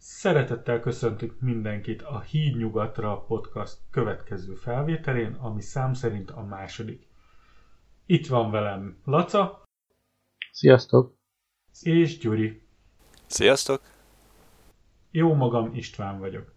Szeretettel köszöntünk mindenkit a Híd Nyugatra podcast következő felvételén, ami szám szerint a második. Itt van velem Laca. Sziasztok! És Gyuri. Sziasztok! Jó magam, István vagyok.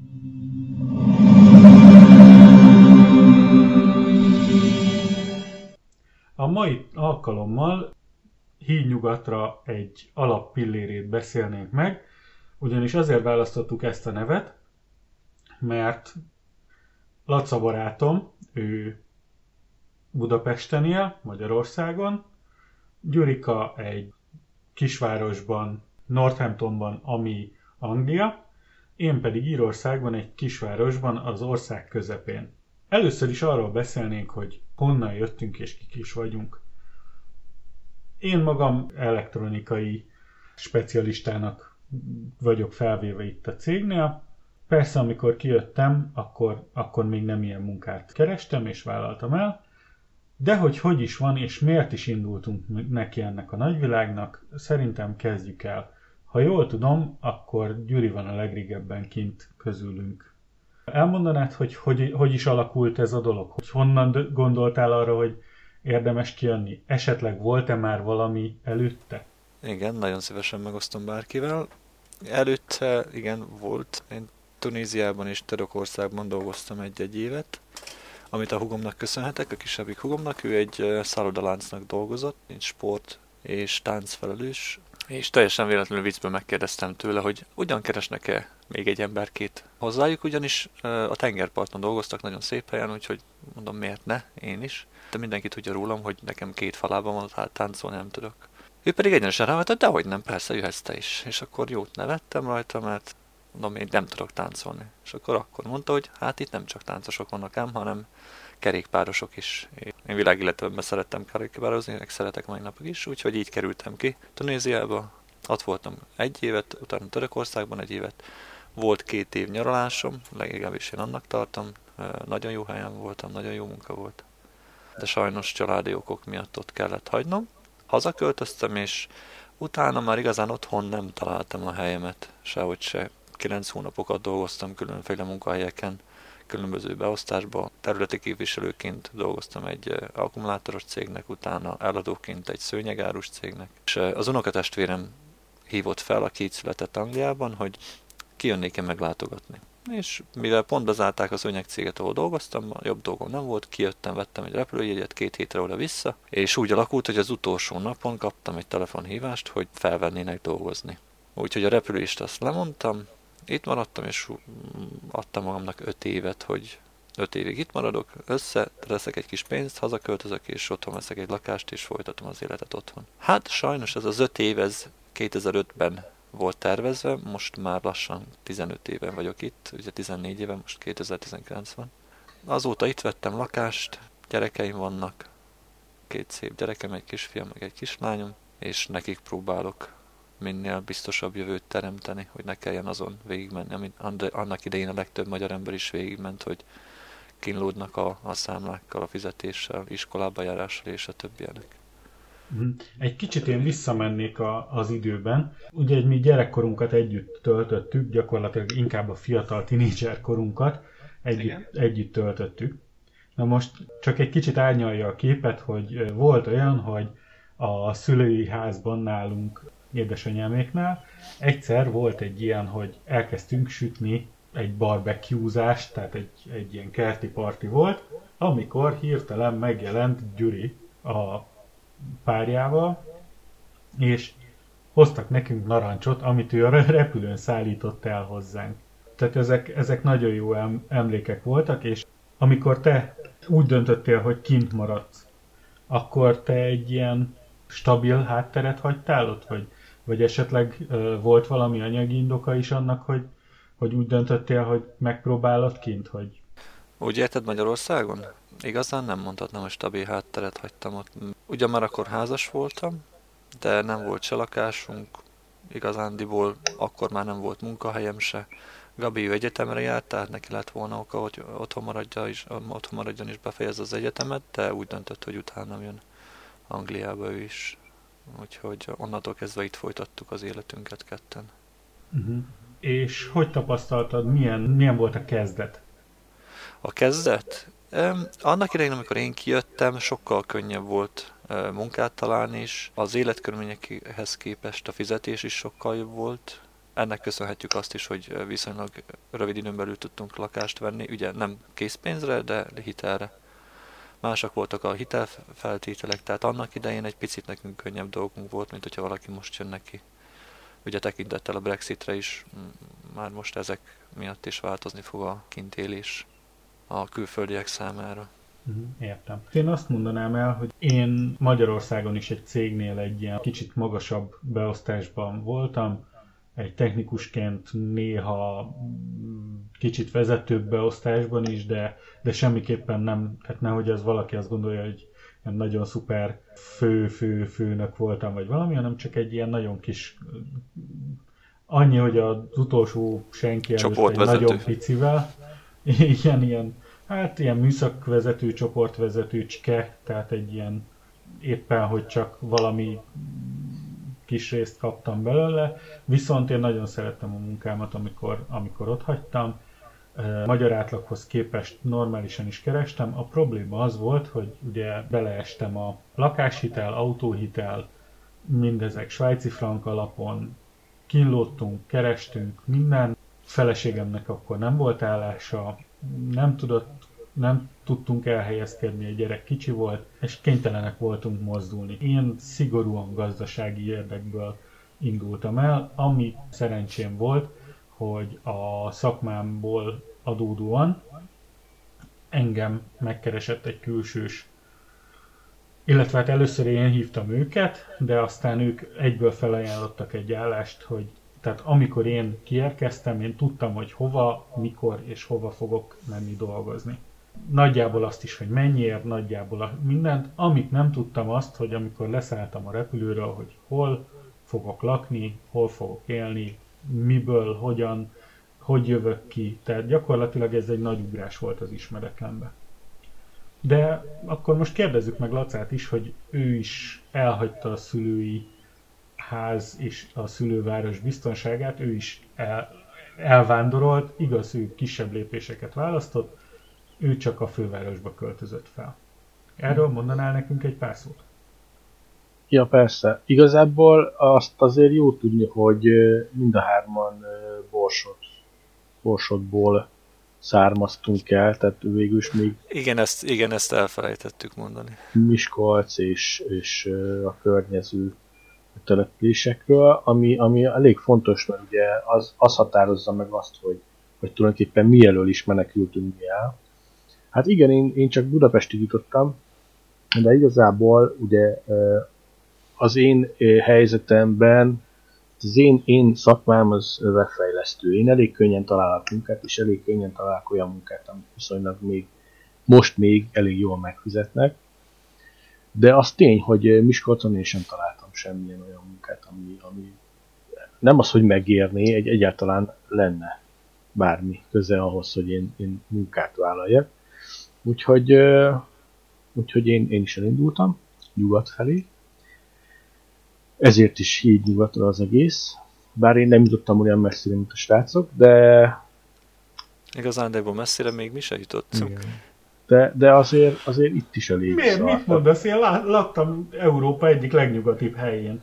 A mai alkalommal Híd Nyugatra egy alappillérét beszélnénk meg, ugyanis azért választottuk ezt a nevet, mert Laca barátom, ő Budapesten él, Magyarországon, Gyurika egy kisvárosban, Northamptonban, ami Anglia, én pedig Írországban egy kisvárosban, az ország közepén. Először is arról beszélnénk, hogy honnan jöttünk és kik is vagyunk. Én magam elektronikai specialistának vagyok felvéve itt a cégnél. Persze, amikor kijöttem, akkor még nem ilyen munkát kerestem és vállaltam el, de hogy is van és miért is indultunk neki ennek a nagyvilágnak, szerintem kezdjük el. Ha jól tudom, akkor Gyuri van a legrégebben kint közülünk. Elmondanád, hogy is alakult ez a dolog? Hogy honnan gondoltál arra, hogy érdemes kijönni? Esetleg volt-e már valami előtte? Igen, nagyon szívesen megosztom bárkivel. Előtte igen volt. Én Tunéziában és Törökországban dolgoztam egy évet, amit a hugomnak köszönhetek, a kisebbik hugomnak. Ő egy szállodaláncnak dolgozott, mint sport és táncfelelős. És teljesen véletlenül viccből megkérdeztem tőle, hogy ugyan keresnek-e még egy emberkét hozzájuk, ugyanis a tengerparton dolgoztak nagyon szép helyen, úgyhogy mondom, miért ne, én is. De mindenki tudja rólam, hogy nekem két falában van, tehát táncolni nem tudok. Ő pedig egyenesen rávetett, hogy dehogy nem, persze jöhetsz te is. És akkor jót nevettem rajta, mert mondom, én nem tudok táncolni. És akkor mondta, hogy hát itt nem csak táncosok vannak ám, hanem kerékpárosok is. Én világéletben szerettem kerékpározni, meg szeretek mai napig is, úgyhogy így kerültem ki Tunéziába. Ott voltam egy évet, utána Törökországban egy évet. Volt 2 év nyaralásom, legalábbis én annak tartom. Nagyon jó helyen voltam, nagyon jó munka volt. De sajnos családi okok miatt ott kellett hagynom. Hazaköltöztem, és utána már igazán otthon nem találtam a helyemet, sehogy se. 9 hónapokat dolgoztam különféle munkahelyeken, különböző beosztásban. Területi képviselőként dolgoztam egy akkumulátoros cégnek, utána eladóként egy szőnyegárus cégnek. És az unokatestvérem hívott fel, aki itt született Angliában, hogy kijönnék-e meglátogatni. És mivel pont bezárták a szőnyegcéget, ahol dolgoztam, jobb dolgom nem volt, kijöttem, vettem egy repülőjegyet 2 hétre oda-vissza, és úgy alakult, hogy az utolsó napon kaptam egy telefonhívást, hogy felvennének dolgozni. Úgyhogy a repülést azt lemondtam, itt maradtam, és adtam magamnak 5 évet, hogy 5 évig itt maradok, összeteszek egy kis pénzt, hazaköltözök, és otthon veszek egy lakást, és folytatom az életet otthon. Hát sajnos ez az 5 év, ez 2005-ben volt tervezve, most már lassan 15 éven vagyok itt, ugye 14 éve, most 2019 van. Azóta itt vettem lakást, gyerekeim vannak, 2 szép gyerekem, egy kisfiam, meg egy kislányom, és nekik próbálok minél biztosabb jövőt teremteni, hogy ne kelljen azon végigmenni, amit annak idején a legtöbb magyar ember is végigment, hogy kínlódnak a számlákkal, a fizetéssel, iskolába járással és a többiek. Egy kicsit én visszamennék az időben. Ugye mi gyerekkorunkat együtt töltöttük, gyakorlatilag inkább a fiatal tinédzser korunkat együtt töltöttük. Na most csak egy kicsit árnyalja a képet, hogy volt olyan, hogy a szülői házban nálunk, édesanyáméknál egyszer volt egy ilyen, hogy elkezdtünk sütni egy barbecue-zást, tehát egy ilyen kerti parti volt, amikor hirtelen megjelent Gyuri a párjával, és hoztak nekünk narancsot, amit ő a repülőn szállított el hozzánk. Tehát ezek nagyon jó emlékek voltak, és amikor te úgy döntöttél, hogy kint maradsz, akkor te egy ilyen stabil hátteret hagytál ott, vagy esetleg volt valami anyagi indoka is annak, hogy úgy döntöttél, hogy megpróbálod kint, hogy... Úgy érted Magyarországon? Igazán nem mondhatnám, hogy stabil hátteret hagytam ott. Ugyan már akkor házas voltam, de nem volt se lakásunk, igazándiból akkor már nem volt munkahelyem se. Gabi ő egyetemre járt, tehát neki lett volna oka, hogy otthon maradjon és befejezze az egyetemet, de úgy döntött, hogy utána jön Angliába ő is. Úgyhogy onnantól kezdve itt folytattuk az életünket ketten. Uh-huh. és hogy tapasztaltad, milyen volt a kezdet? A kezdet? Annak idején, amikor én kijöttem, sokkal könnyebb volt munkát találni is. Az életkörülményekhez képest a fizetés is sokkal jobb volt. Ennek köszönhetjük azt is, hogy viszonylag rövid időn belül tudtunk lakást venni. Ugye nem készpénzre, de hitelre. Mások voltak a hitelfeltételek, tehát annak idején egy picit nekünk könnyebb dolgunk volt, mint hogyha valaki most jön neki. Ugye tekintettel a Brexitre is, már most ezek miatt is változni fog a kintélés a külföldiek számára. Értem. Én azt mondanám el, hogy én Magyarországon is egy cégnél egy ilyen kicsit magasabb beosztásban voltam, egy technikusként néha kicsit vezetőbb beosztásban is, de semmiképpen nem, tehát nehogy az valaki azt gondolja, hogy nagyon szuper főnök voltam, vagy valami, hanem csak egy ilyen nagyon kis, annyi, hogy az utolsó senki előtt egy nagyon picivel, ilyen műszakvezető, csoportvezetőcske, tehát egy ilyen éppen, hogy csak valami kis részt kaptam belőle, viszont én nagyon szerettem a munkámat, amikor ott hagytam. Magyar átlaghoz képest normálisan is kerestem. A probléma az volt, hogy ugye beleestem a lakáshitel, autóhitel, mindezek svájci frank alapon, kínlódtunk, kerestünk, minden. Feleségemnek akkor nem volt állása, nem tudtunk elhelyezkedni, a gyerek kicsi volt, és kénytelenek voltunk mozdulni. Én szigorúan gazdasági érdekből indultam el, ami szerencsém volt, hogy a szakmámból adódóan engem megkeresett egy külsős, illetve hát először én hívtam őket, de aztán ők egyből felajánlottak egy állást, hogy tehát amikor én kiérkeztem, én tudtam, hogy hova, mikor és hova fogok menni dolgozni. Nagyjából azt is, hogy mennyiért, nagyjából mindent. Amit nem tudtam azt, hogy amikor leszálltam a repülőről, hogy hol fogok lakni, hol fogok élni, miből, hogyan, hogy jövök ki. Tehát gyakorlatilag ez egy nagy ugrás volt az ismeretlenbe. De akkor most kérdezzük meg Lacát is, hogy ő is elhagyta a szülői ház és a szülőváros biztonságát, ő is elvándorolt, igaz, ő kisebb lépéseket választott, ő csak a fővárosba költözött fel. Erről mondanál nekünk egy pár szót? Ja, persze. Igazából azt azért jó tudni, hogy mind a hárman Borsodból származtunk el, tehát végül is még... Igen, ezt elfelejtettük mondani. Miskolc és a környező településekről, ami elég fontos, mert ugye az határozza meg azt, hogy tulajdonképpen mi elől is menekültünk mi el. Hát igen, én csak Budapestig jutottam, de igazából ugye az én helyzetemben, az én szakmám az webfejlesztő. Én elég könnyen találok munkát, és elég könnyen találok olyan munkát, amit viszonylag most még elég jól megfizetnek. De az tény, hogy Miskolcon én sem találtam semmilyen olyan munkát, ami nem az, hogy megérné, egyáltalán lenne bármi köze ahhoz, hogy én munkát vállaljak. Úgyhogy én is elindultam nyugat felé. Ezért is így nyugatra az egész. Bár én nem jutottam olyan messzire, mint a srácok, de... Igazándiból messzire még mi se jutottunk. De azért itt is elég. Miért? Mit mondasz? Én laktam Európa egyik legnyugatibb helyén.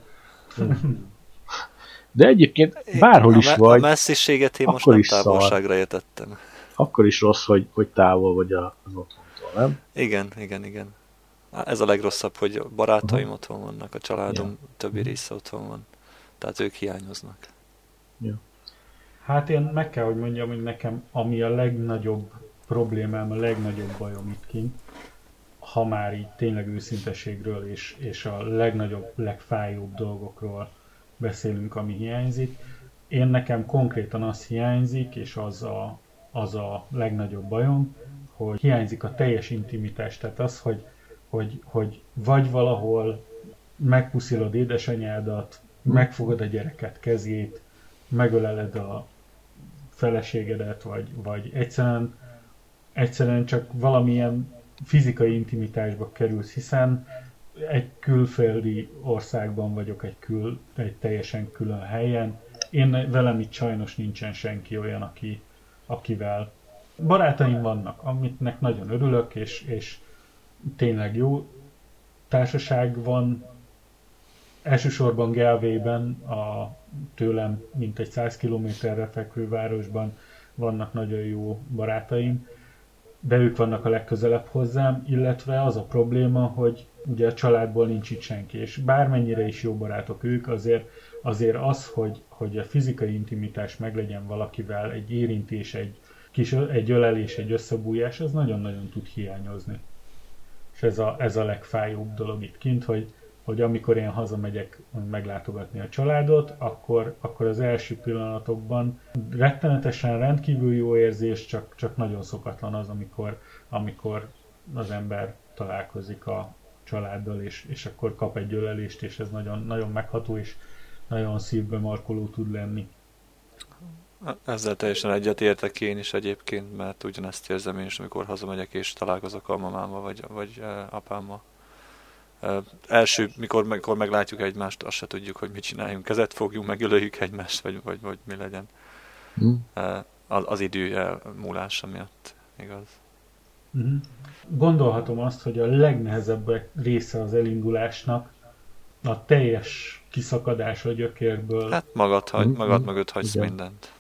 De egyébként bárhol is vagy... A messziséget én most nem távolságra értettem. Akkor is rossz, hogy távol vagy az otthontól, nem? Igen. Ez a legrosszabb, hogy barátaim otthon vannak, a családom többi része otthon van. Tehát ők hiányoznak. Ja. Hát én meg kell, hogy mondjam, hogy nekem ami a legnagyobb problémám, a legnagyobb bajom itt kint, ha már így tényleg őszinteségről és a legnagyobb, legfájóbb dolgokról beszélünk, ami hiányzik. Én nekem konkrétan az hiányzik, és az a legnagyobb bajom, hogy hiányzik a teljes intimitás. Tehát az, hogy vagy valahol megpuszilod édesanyádat, megfogod a gyereket kezét, megöleled a feleségedet, vagy egyszerűen csak valamilyen fizikai intimitásba kerülsz, hiszen egy külföldi országban vagyok, egy teljesen külön helyen, Én velem itt sajnos nincsen senki olyan, akivel barátaim vannak, amiknek nagyon örülök, és tényleg jó társaság van. Elsősorban Galwayben, a tőlem mintegy 100 kilométerre fekvő városban vannak nagyon jó barátaim, de ők vannak a legközelebb hozzám, illetve az a probléma, hogy ugye a családból nincs itt senki, és bármennyire is jó barátok ők, azért az, hogy a fizikai intimitás meglegyen valakivel, egy érintés, egy ölelés, egy összebújás, az nagyon-nagyon tud hiányozni. És ez a legfájóbb dolog itt kint, hogy amikor én hazamegyek meglátogatni a családot, akkor az első pillanatokban rettenetesen rendkívül jó érzés, csak nagyon szokatlan az, amikor az ember találkozik a családdal, és akkor kap egy ölelést, és ez nagyon, nagyon megható, és nagyon szívbe markoló tud lenni. Ezzel teljesen egyetértek én is egyébként, mert ugyanezt érzem én is, amikor hazamegyek és találkozok a mamámmal vagy apámmal. Mikor meglátjuk egymást, azt se tudjuk, hogy mit csináljunk. Kezet fogjunk, megöljük egymást, vagy mi legyen. Az idő múlása miatt, igaz. Gondolhatom azt, hogy a legnehezebb része az elindulásnak a teljes kiszakadás a gyökérből. Hát magad mögött hagysz mindent.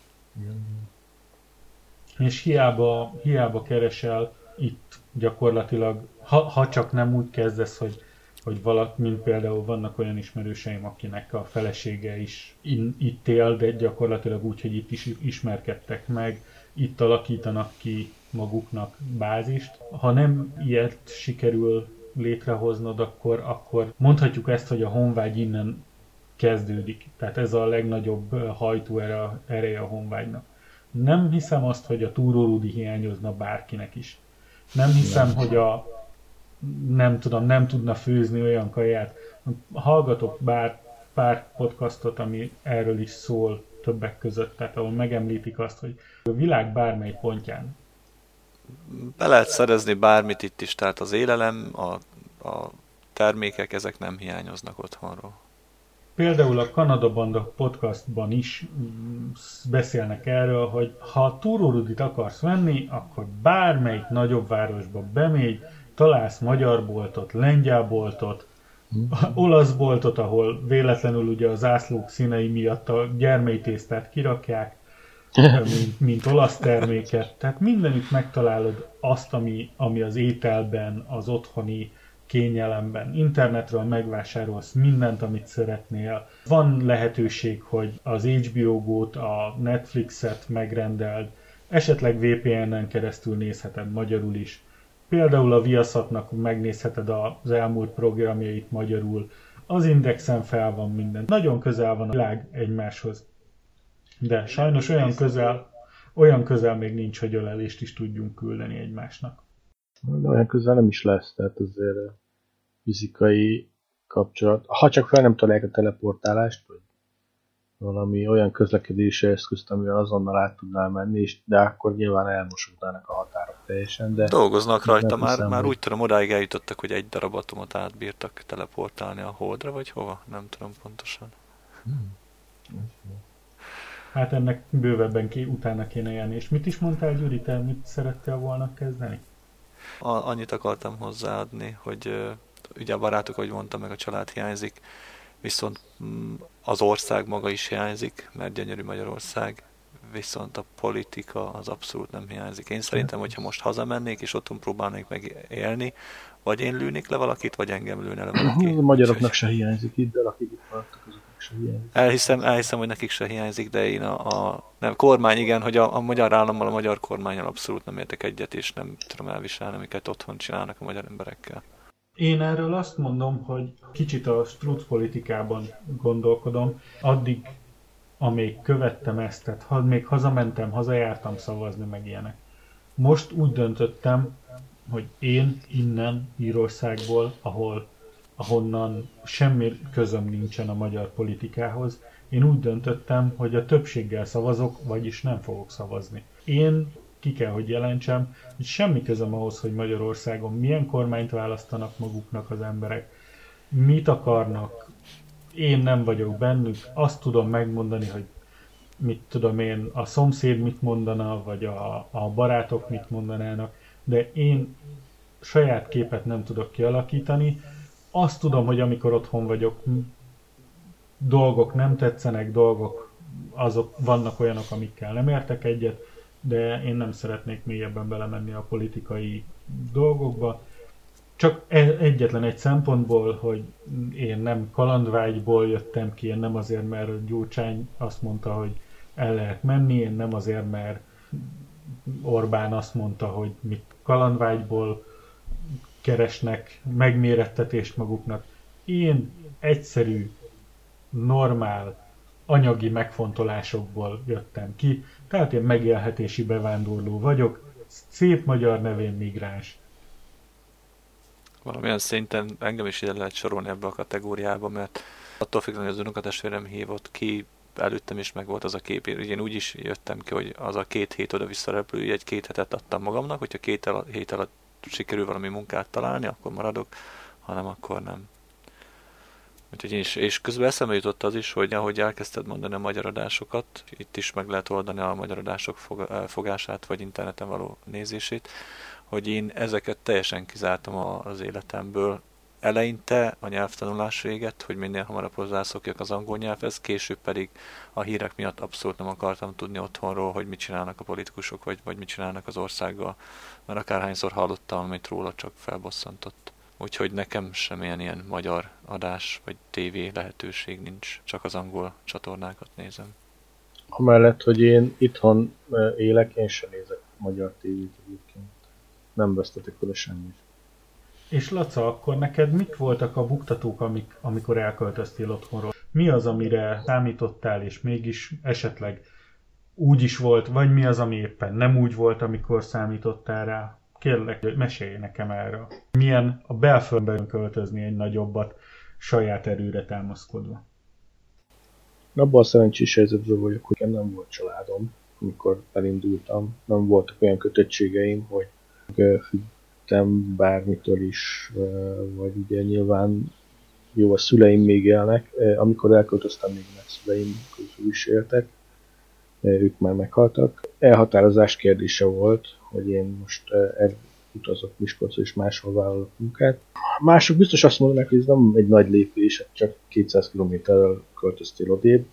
És hiába keresel itt gyakorlatilag, ha csak nem úgy kezdesz, hogy mint például vannak olyan ismerőseim, akinek a felesége is itt él, de gyakorlatilag úgy, hogy itt is ismerkedtek meg, itt alakítanak ki maguknak bázist. Ha nem ilyet sikerül létrehoznod, akkor mondhatjuk ezt, hogy a honvágy innen kezdődik. Tehát ez a legnagyobb hajtóereje a honvágynak. Nem hiszem azt, hogy a túrórudi hiányozna bárkinek is. Nem hiszem, hogy nem tudna főzni olyan kaját. Hallgatok pár podcastot, ami erről is szól többek között, tehát ahol megemlítik azt, hogy a világ bármely pontján be lehet szerezni bármit itt is, tehát az élelem, a termékek, ezek nem hiányoznak otthonról. Például a Kanada Banda podcastban is beszélnek erről, hogy ha túrórudit akarsz venni, akkor bármelyik nagyobb városba bemégy, találsz magyar boltot, lengyel boltot, olasz boltot, ahol véletlenül ugye a zászlók színei miatt a gyermelytésztát kirakják, mint olasz terméket. Tehát mindenütt megtalálod azt, ami az ételben, az otthoni kényelemben. Internetről megvásárolsz mindent, amit szeretnél. Van lehetőség, hogy az HBO Go-t, a Netflixet megrendeld, esetleg VPN-en keresztül nézheted magyarul is. Például a Viaszatnak megnézheted az elmúlt programjait magyarul. Az Indexen fel van minden. Nagyon közel van a világ egymáshoz. De sajnos olyan közel még nincs, hogy ölelést is tudjunk küldeni egymásnak. De olyan közel nem is lesz, tehát azért fizikai kapcsolat. Ha csak fel nem találják a teleportálást, vagy valami olyan közlekedési eszközt, amivel azonnal át tudnál menni, de akkor nyilván elmosódnának a határok teljesen. De dolgoznak rajta, már úgy tudom, odáig eljutottak, hogy egy darab atomot átbírtak teleportálni a Holdra, vagy hova? Nem tudom pontosan. Hát ennek bővebben utána kéne járni. És mit is mondtál, Gyuri, te mit szerettél volna kezdeni? Annyit akartam hozzáadni, hogy ugye a barátok, ahogy mondtam, meg a család hiányzik, viszont az ország maga is hiányzik, mert gyönyörű Magyarország, viszont a politika az abszolút nem hiányzik. Én szerintem, hogyha most hazamennék, és otthon próbálnék meg élni, vagy én lőnék le valakit, vagy engem lőne le valaki. A magyaroknak se hiányzik itt, de akik itt maradtak, azoknak se hiányzik. Elhiszem, hogy nekik se hiányzik, de én nem, kormány igen, hogy a magyar állammal, a magyar kormánnyal abszolút nem értek egyet, és nem tudom elviselni, amiket otthon csinálnak a magyar emberekkel. Én erről azt mondom, hogy kicsit a struc politikában gondolkodom, addig, amíg követtem ezt, tehát még hazamentem, hazajártam szavazni, meg ilyenek. Most úgy döntöttem, hogy én innen Írországból, ahonnan semmi közöm nincsen a magyar politikához, én úgy döntöttem, hogy a többséggel szavazok, vagyis nem fogok szavazni. Én ki kell, hogy jelentsem, hogy semmi közöm ahhoz, hogy Magyarországon milyen kormányt választanak maguknak az emberek, mit akarnak, én nem vagyok bennük, azt tudom megmondani, hogy mit tudom én, a szomszéd mit mondana, vagy a barátok mit mondanának, de én saját képet nem tudok kialakítani. Azt tudom, hogy amikor otthon vagyok, dolgok nem tetszenek, azok vannak olyanok, amikkel nem értek egyet, de én nem szeretnék mélyebben belemenni a politikai dolgokba. Csak egyetlen egy szempontból, hogy én nem kalandvágyból jöttem ki, én nem azért, mert Gyurcsány azt mondta, hogy el lehet menni, én nem azért, mert Orbán azt mondta, hogy mit kalandvágyból keresnek megmérettetést maguknak. Én egyszerű, normál, anyagi megfontolásokból jöttem ki, tehát én megélhetési bevándorló vagyok, szép magyar nevén migráns. Valamilyen szinten engem is ide lehet sorolni ebbe a kategóriába, mert attól függően, hogy az unokatestvérem hívott ki, előttem is meg volt az a kép, én úgy is jöttem ki, hogy az a 2 hét oda-vissza repülő, egy 2 hetet adtam magamnak, hogyha 2 hét alatt sikerül valami munkát találni, akkor maradok, hanem akkor nem. Úgyhogy és közben eszembe jutott az is, hogy ahogy elkezdted mondani a magyar adásokat, itt is meg lehet oldani a magyar adások fogását, vagy interneten való nézését, hogy én ezeket teljesen kizártam az életemből. Eleinte a nyelvtanulás véget, hogy minél hamarabb hozzászokjak az angol nyelvhez, később pedig a hírek miatt abszolút nem akartam tudni otthonról, hogy mit csinálnak a politikusok, vagy mit csinálnak az országgal, mert akárhányszor hallottam, amit róla, csak felbosszantott. Úgyhogy nekem semmilyen ilyen magyar adás vagy tévé lehetőség nincs, csak az angol csatornákat nézem. Amellett, hogy én itthon élek, én sem nézek magyar tévét egyébként. Nem vesztetek oda semmit. És Laca, akkor neked mik voltak a buktatók, amikor elköltöztél otthonról? Mi az, amire számítottál, és mégis esetleg úgy is volt, vagy mi az, ami éppen nem úgy volt, amikor számítottál rá? Kérlek, mesélj nekem erről. Milyen a belföldben költözni egy nagyobbat saját erőre támaszkodva? Abban a szerencsés helyzetben vagyok, hogy nem volt családom, amikor elindultam. Nem voltak olyan kötöttségeim, hogy függtem bármitől is, vagy ugye nyilván jó, a szüleim még élnek. Amikor elköltöztem, még meg szüleim közül is éltek. Ők már meghaltak. Elhatározás kérdése volt, hogy én most utazok Miskolcra és máshol vállalok munkát. Mások biztos azt mondanak, hogy ez nem egy nagy lépés, csak 200 km-rel költöztél odébb.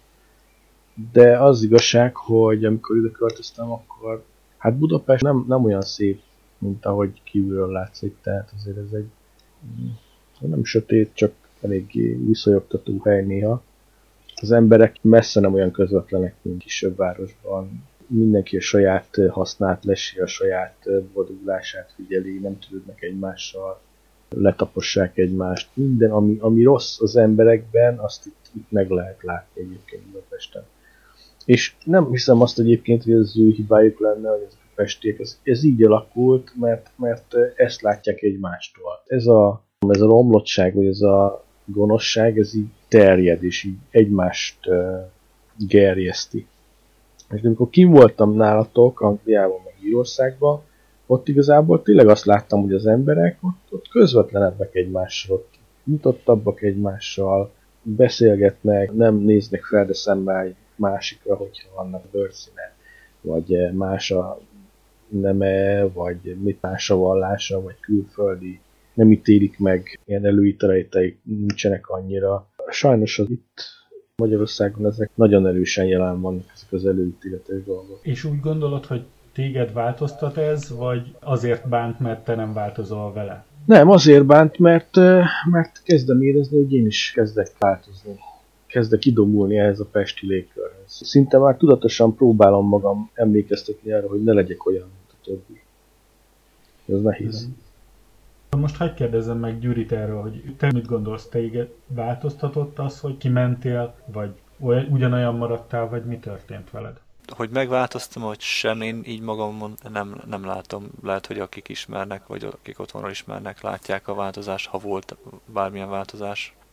De az igazság, hogy amikor ide költöztem, akkor hát Budapest nem olyan szép, mint ahogy kívülről látszik. Tehát azért ez egy nem sötét, csak eléggé viszonyogtató hely néha. Az emberek messze nem olyan közvetlenek, mint kisebb városban. Mindenki a saját hasznát lesi, a saját boldogulását figyeli, nem törődnek egymással, letapossák egymást. Minden, ami rossz az emberekben, azt itt meg lehet látni egyébként Budapesten. És nem hiszem azt egyébként, hogy az ő hibájuk lenne, hogy ezek a pestiek, ez így alakult, mert ezt látják egymástól. Ez a romlottság, vagy ez a gonoszság, ez így terjed, és így egymást gerjeszti. És amikor kim voltam nálatok, Angliában, meg Írországban, ott igazából tényleg azt láttam, hogy az emberek ott közvetlenebbek egymással, ott nyitottabbak egymással, beszélgetnek, nem néznek fel de szemmel egy másikra, hogyha vannak bőrszíne, vagy más a neme, vagy mit más a vallása, vagy külföldi. Nem ítélik meg, ilyen előítéleteik nincsenek annyira. Sajnos itt Magyarországon ezek nagyon erősen jelen vannak, ezek az előítéletes dolgok. És úgy gondolod, hogy téged változtat ez, vagy azért bánt, mert te nem változol vele? Nem, azért bánt, mert kezdem érezni, hogy én is kezdek változni. Kezdek idomulni ehhez a pesti légkörhöz. Szinte már tudatosan próbálom magam emlékeztetni arra, hogy ne legyek olyan, mint a többi. Ez nehéz. Most hadd kérdezzem meg Gyurit erről, hogy te mit gondolsz, téged változtatott az, hogy kimentél, vagy ugyanolyan maradtál, vagy mi történt veled? Hogy megváltoztam, hogy sem, én így magamon nem látom. Lehet, hogy akik ismernek, vagy akik otthonról ismernek, látják a változást, ha volt bármilyen változás.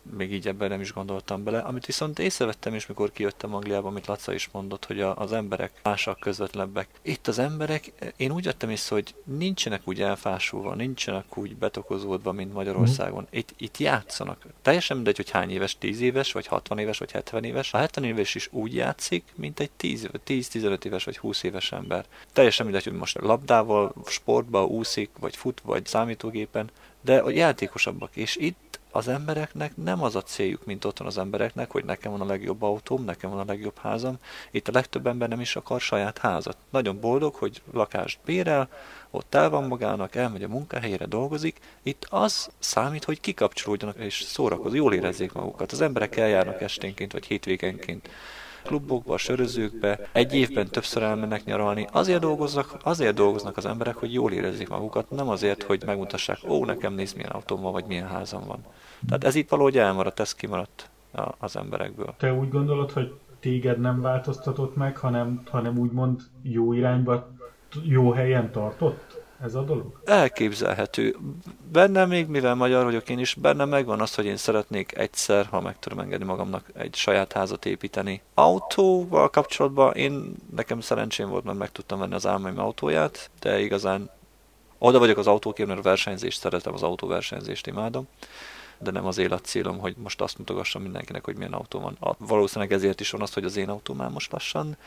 még így ebben nem is gondoltam bele. Amit viszont észrevettem is, mikor kijöttem Angliába, amit Laca is mondott, hogy az emberek másak, közvetlebbek. Itt az emberek, én úgy vettem észre, hogy nincsenek úgy elfásulva, nincsenek úgy betokozódva, mint Magyarországon. Itt játszanak. Teljesen mindegy, hogy hány éves, 10 éves, vagy 60 éves, vagy 70 éves. A 70 éves is úgy játszik, mint egy 10-15 éves, vagy 20 éves ember. Teljesen mindegy, hogy most labdával, sportba úszik, vagy fut, vagy számítógépen, de a játékosabbak. És itt az embereknek nem az a céljuk, mint otthon az embereknek, hogy nekem van a legjobb autóm, nekem van a legjobb házam. Itt a legtöbb ember nem is akar saját házat. Nagyon boldog, hogy lakást bérel, ott el van magának, elmegy a munkahelyére, dolgozik. Itt az számít, hogy kikapcsolódjanak és szórakozni, jól érezzék magukat. Az emberek eljárnak esténként vagy hétvégenként klubokba, sörözőkbe, egy évben többször elmennek nyaralni. Azért dolgoznak az emberek, hogy jól érezzék magukat, nem azért, hogy megmutassák, nekem nézd, milyen autóm van, vagy milyen házam van. Tehát ez itt valahogy elmaradt, ez kimaradt az emberekből. Te úgy gondolod, hogy téged nem változtatott meg, hanem úgymond jó irányba, jó helyen tartott ez a dolog? Elképzelhető. Bennem még, mivel magyar vagyok én is, bennem megvan az, hogy én szeretnék egyszer, ha meg tudom engedni magamnak, egy saját házat építeni. Autóval kapcsolatban nekem szerencsém volt, mert meg tudtam venni az álmaim autóját, de igazán oda vagyok az autókért, mert a versenyzést szeretem, az autóversenyzést imádom, de nem az életcélom, hogy most azt mutogassam mindenkinek, hogy milyen autó van. Valószínűleg ezért is van az, hogy az én autóm már most lassan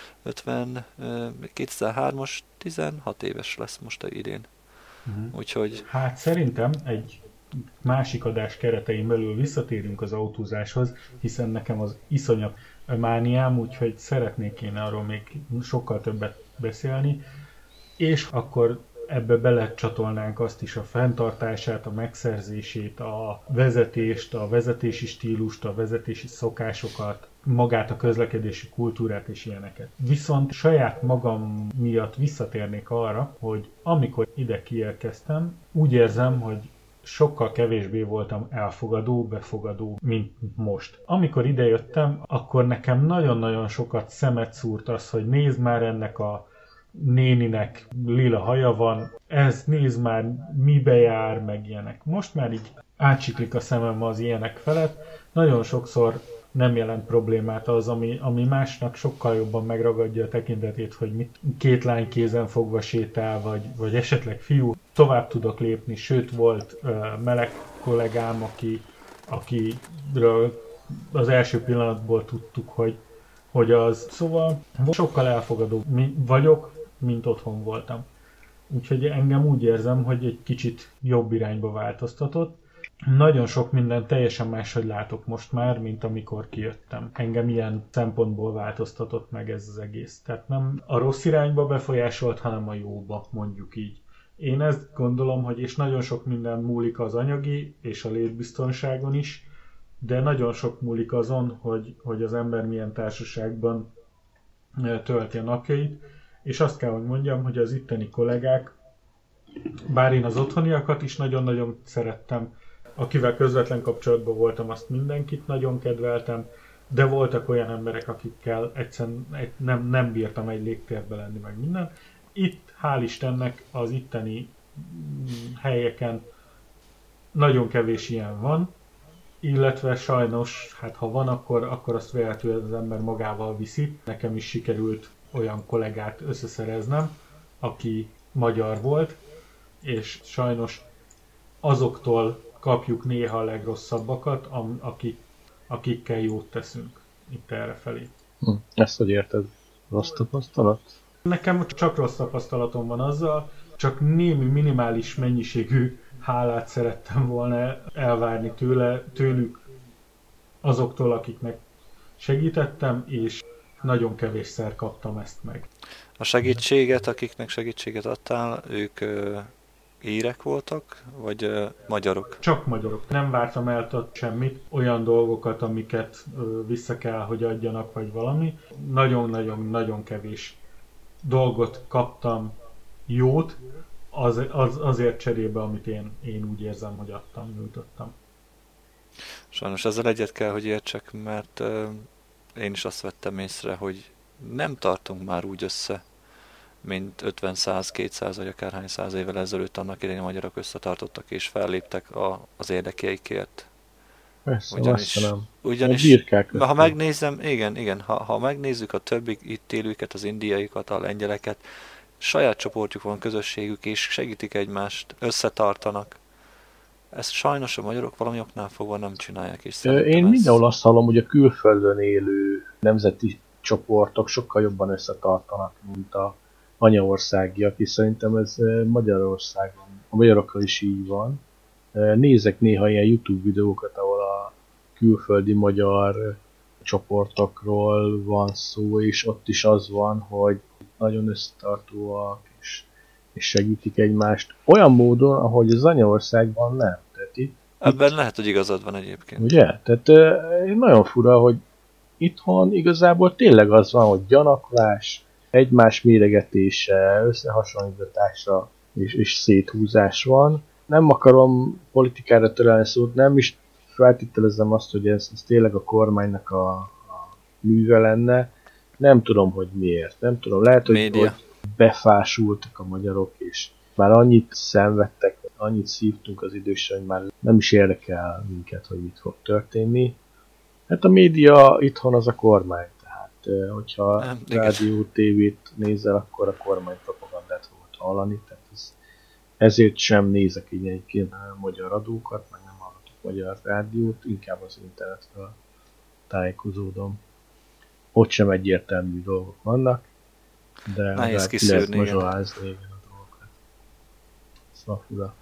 2003-as 16 éves lesz most idén. Úgyhogy... Hát szerintem egy másik adás keretein belül visszatérünk az autózáshoz, hiszen nekem az iszonyat mániám, úgyhogy szeretnék én arról még sokkal többet beszélni, és akkor ebbe belecsatolnánk azt is, a fenntartását, a megszerzését, a vezetést, a vezetési stílust, a vezetési szokásokat, magát a közlekedési kultúrát és ilyeneket. Viszont saját magam miatt visszatérnék arra, hogy amikor ide kiérkeztem, úgy érzem, hogy sokkal kevésbé voltam elfogadó, befogadó, mint most. Amikor idejöttem, akkor nekem nagyon-nagyon sokat szemet szúrt az, hogy nézd már, ennek a néninek lila haja van, ez nézd már, mibe jár, meg ilyenek. Most már így átsiklik a szemem az ilyenek felett. Nagyon sokszor nem jelent problémát az, ami másnak sokkal jobban megragadja a tekintetét, hogy két lány kézen fogva sétál, vagy esetleg fiú. Tovább tudok lépni, sőt volt meleg kollégám, akiről az első pillanatból tudtuk, hogy az. Szóval sokkal elfogadóbb vagyok, mint otthon voltam. Úgyhogy engem úgy érzem, hogy egy kicsit jobb irányba változtatott. Nagyon sok minden teljesen máshogy látok most már, mint amikor kijöttem. Engem ilyen szempontból változtatott meg ez az egész. Tehát nem a rossz irányba befolyásolt, hanem a jóba, mondjuk így. Én ezt gondolom, hogy és nagyon sok minden múlik az anyagi és a létbiztonságon is, de nagyon sok múlik azon, hogy az ember milyen társaságban tölti a napjait, és azt kell, hogy mondjam, hogy az itteni kollégák, bár én az otthoniakat is nagyon-nagyon szerettem, akivel közvetlen kapcsolatban voltam, azt mindenkit nagyon kedveltem, de voltak olyan emberek, akikkel egyszerűen nem bírtam egy légtérbe lenni, meg minden. Itt, hál' Istennek, az itteni helyeken nagyon kevés ilyen van, illetve sajnos, hát ha van, akkor azt véletlenül az ember magával viszi. Nekem is sikerült olyan kollégát összeszereznem, aki magyar volt, és sajnos azoktól kapjuk néha a legrosszabbakat, akikkel jót teszünk itt errefelé. Ezt hogy érted? Rossz tapasztalat? Nekem csak rossz tapasztalatom van azzal, csak némi minimális mennyiségű hálát szerettem volna elvárni tőlük, azoktól, akiknek segítettem, és nagyon kevésszer kaptam ezt meg. A segítséget, akiknek segítséget adtál, ők írek voltak, vagy magyarok? Csak magyarok. Nem vártam el semmit, olyan dolgokat, amiket vissza kell, hogy adjanak, vagy valami. Nagyon-nagyon kevés dolgot kaptam, jót, azért cserébe, amit én úgy érzem, hogy nyújtottam. Sajnos ezzel egyet kell, hogy értsek, mert én is azt vettem észre, hogy nem tartunk már úgy össze, mint 50, 100, 200 vagy akárhány 100 évvel ezelőtt annak idején a magyarok összetartottak és felléptek az érdekeikért. Persze, ugyanis birkák ha megnézem, igen, ha megnézzük a többi itt élőket, az indiaiakat, a lengyeleket, saját csoportjuk van, közösségük, és segítik egymást, összetartanak. Ezt sajnos a magyarok valami oknál fogva nem csinálják. És én mindenhol azt hallom, hogy a külföldön élő nemzeti csoportok sokkal jobban összetartanak, mint a anyaországiak, és szerintem ez Magyarországon, a magyarokkal is így van. Nézek néha ilyen YouTube videókat, ahol a külföldi magyar csoportokról van szó, és ott is az van, hogy nagyon összetartóak, és segítik egymást olyan módon, ahogy az anyaországban nem. Tehát ebben lehet, hogy igazad van egyébként. Ugye? Tehát nagyon fura, hogy itthon igazából tényleg az van, hogy gyanaklás, egymás méregetése, összehasonlítása és széthúzás van. Nem akarom politikára törelni szót, nem is feltételezem azt, hogy ez tényleg a kormánynak a műve lenne. Nem tudom, hogy miért. Nem tudom, lehet, hogy befásultak a magyarok, és már annyit szenvedtek, annyit szívtunk az idősre, hogy már nem is érdekel minket, hogy mit fog történni. Hát a média itthon az a kormány, tehát hogyha rádió, tévét nézel, akkor a kormány propagandát fogod hallani, tehát ezért sem nézek így egyébként magyar adókat, meg nem hallgatok magyar rádiót, inkább az internetről tájékozódom. Ott sem egyértelmű dolgok vannak, de lehet mazsolázni a dolgokat. Szóval fura.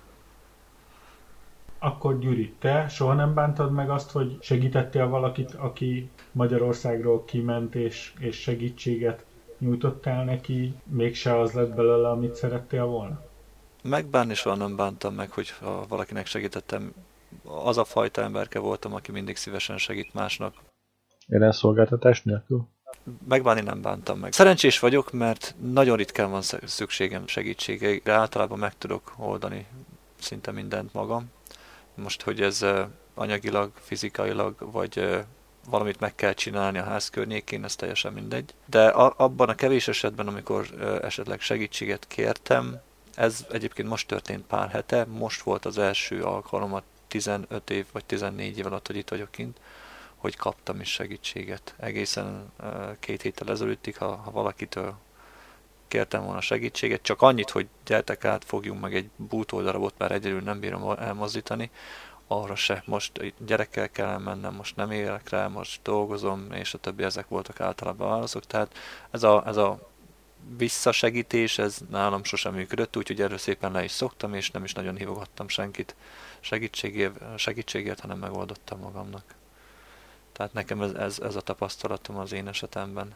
Akkor Gyuri, te soha nem bántad meg azt, hogy segítettél valakit, aki Magyarországról kiment és segítséget nyújtottál neki, mégse az lett belőle, amit szerettél volna? Megbánni soha nem bántam meg, hogy valakinek segítettem. Az a fajta emberke voltam, aki mindig szívesen segít másnak. Ellenszolgáltatás nélkül? Megbánni nem bántam meg. Szerencsés vagyok, mert nagyon ritkán van szükségem segítségre. Általában meg tudok oldani szinte mindent magam. Most, hogy ez anyagilag, fizikailag, vagy valamit meg kell csinálni a ház környékén, ez teljesen mindegy. De abban a kevés esetben, amikor esetleg segítséget kértem, ez egyébként most történt pár hete, most volt az első alkalom a 15 év vagy 14 év alatt, hogy itt vagyok kint, hogy kaptam is segítséget. Egészen 2 héttel ezelőttig, ha valakitől kértem volna segítséget, csak annyit, hogy gyertek át, fogjunk meg egy bútordarabot, mert egyedül nem bírom elmozdítani, arra se. Most gyerekkel kell mennem, most nem érek rá, most dolgozom, és a többi, ezek voltak általában válaszok. Tehát ez a visszasegítés, ez nálam sosem működött, úgyhogy erről szépen le is szoktam, és nem is nagyon hívogattam senkit segítségért, hanem megoldottam magamnak. Tehát nekem ez a tapasztalatom az én esetemben.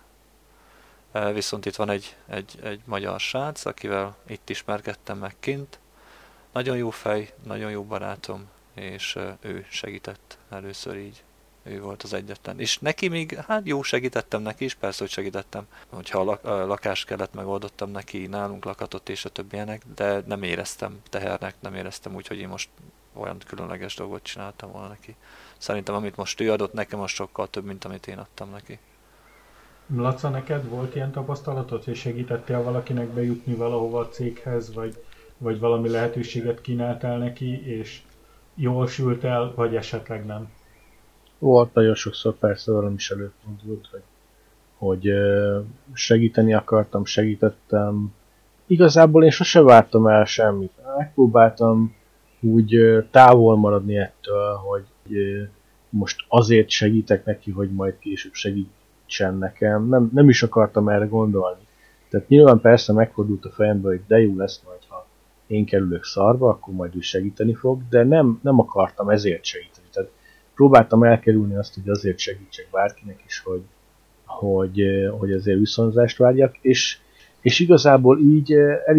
Viszont itt van egy magyar srác, akivel itt ismerkedtem meg kint. Nagyon jó fej, nagyon jó barátom, és ő segített először így. Ő volt az egyetlen. És neki még, jó, segítettem neki is, persze, hogy segítettem. Hogyha a lakást kellett, megoldottam neki, nálunk lakatott és a többienek, de nem éreztem tehernek, nem éreztem úgy, hogy én most olyan különleges dolgot csináltam volna neki. Szerintem, amit most ő adott nekem, az sokkal több, mint amit én adtam neki. Laca, neked volt ilyen tapasztalatod, hogy segítettél valakinek bejutni valahova a céghez, vagy valami lehetőséget kínáltál neki, és jól sült el, vagy esetleg nem? Volt nagyon sokszor, persze velem is előfordult, hogy segíteni akartam, segítettem. Igazából én sose vártam el semmit. Megpróbáltam úgy távol maradni ettől, hogy most azért segítek neki, hogy majd később segítsen nekem. Nem is akartam erre gondolni. Tehát nyilván persze megfordult a fejembe, hogy de jó lesz majd, ha én kerülök szarba, akkor majd ő segíteni fog, de nem akartam ezért segíteni. Tehát próbáltam elkerülni azt, hogy azért segítsek bárkinek is, hogy azért viszonzást várjak, és igazából így el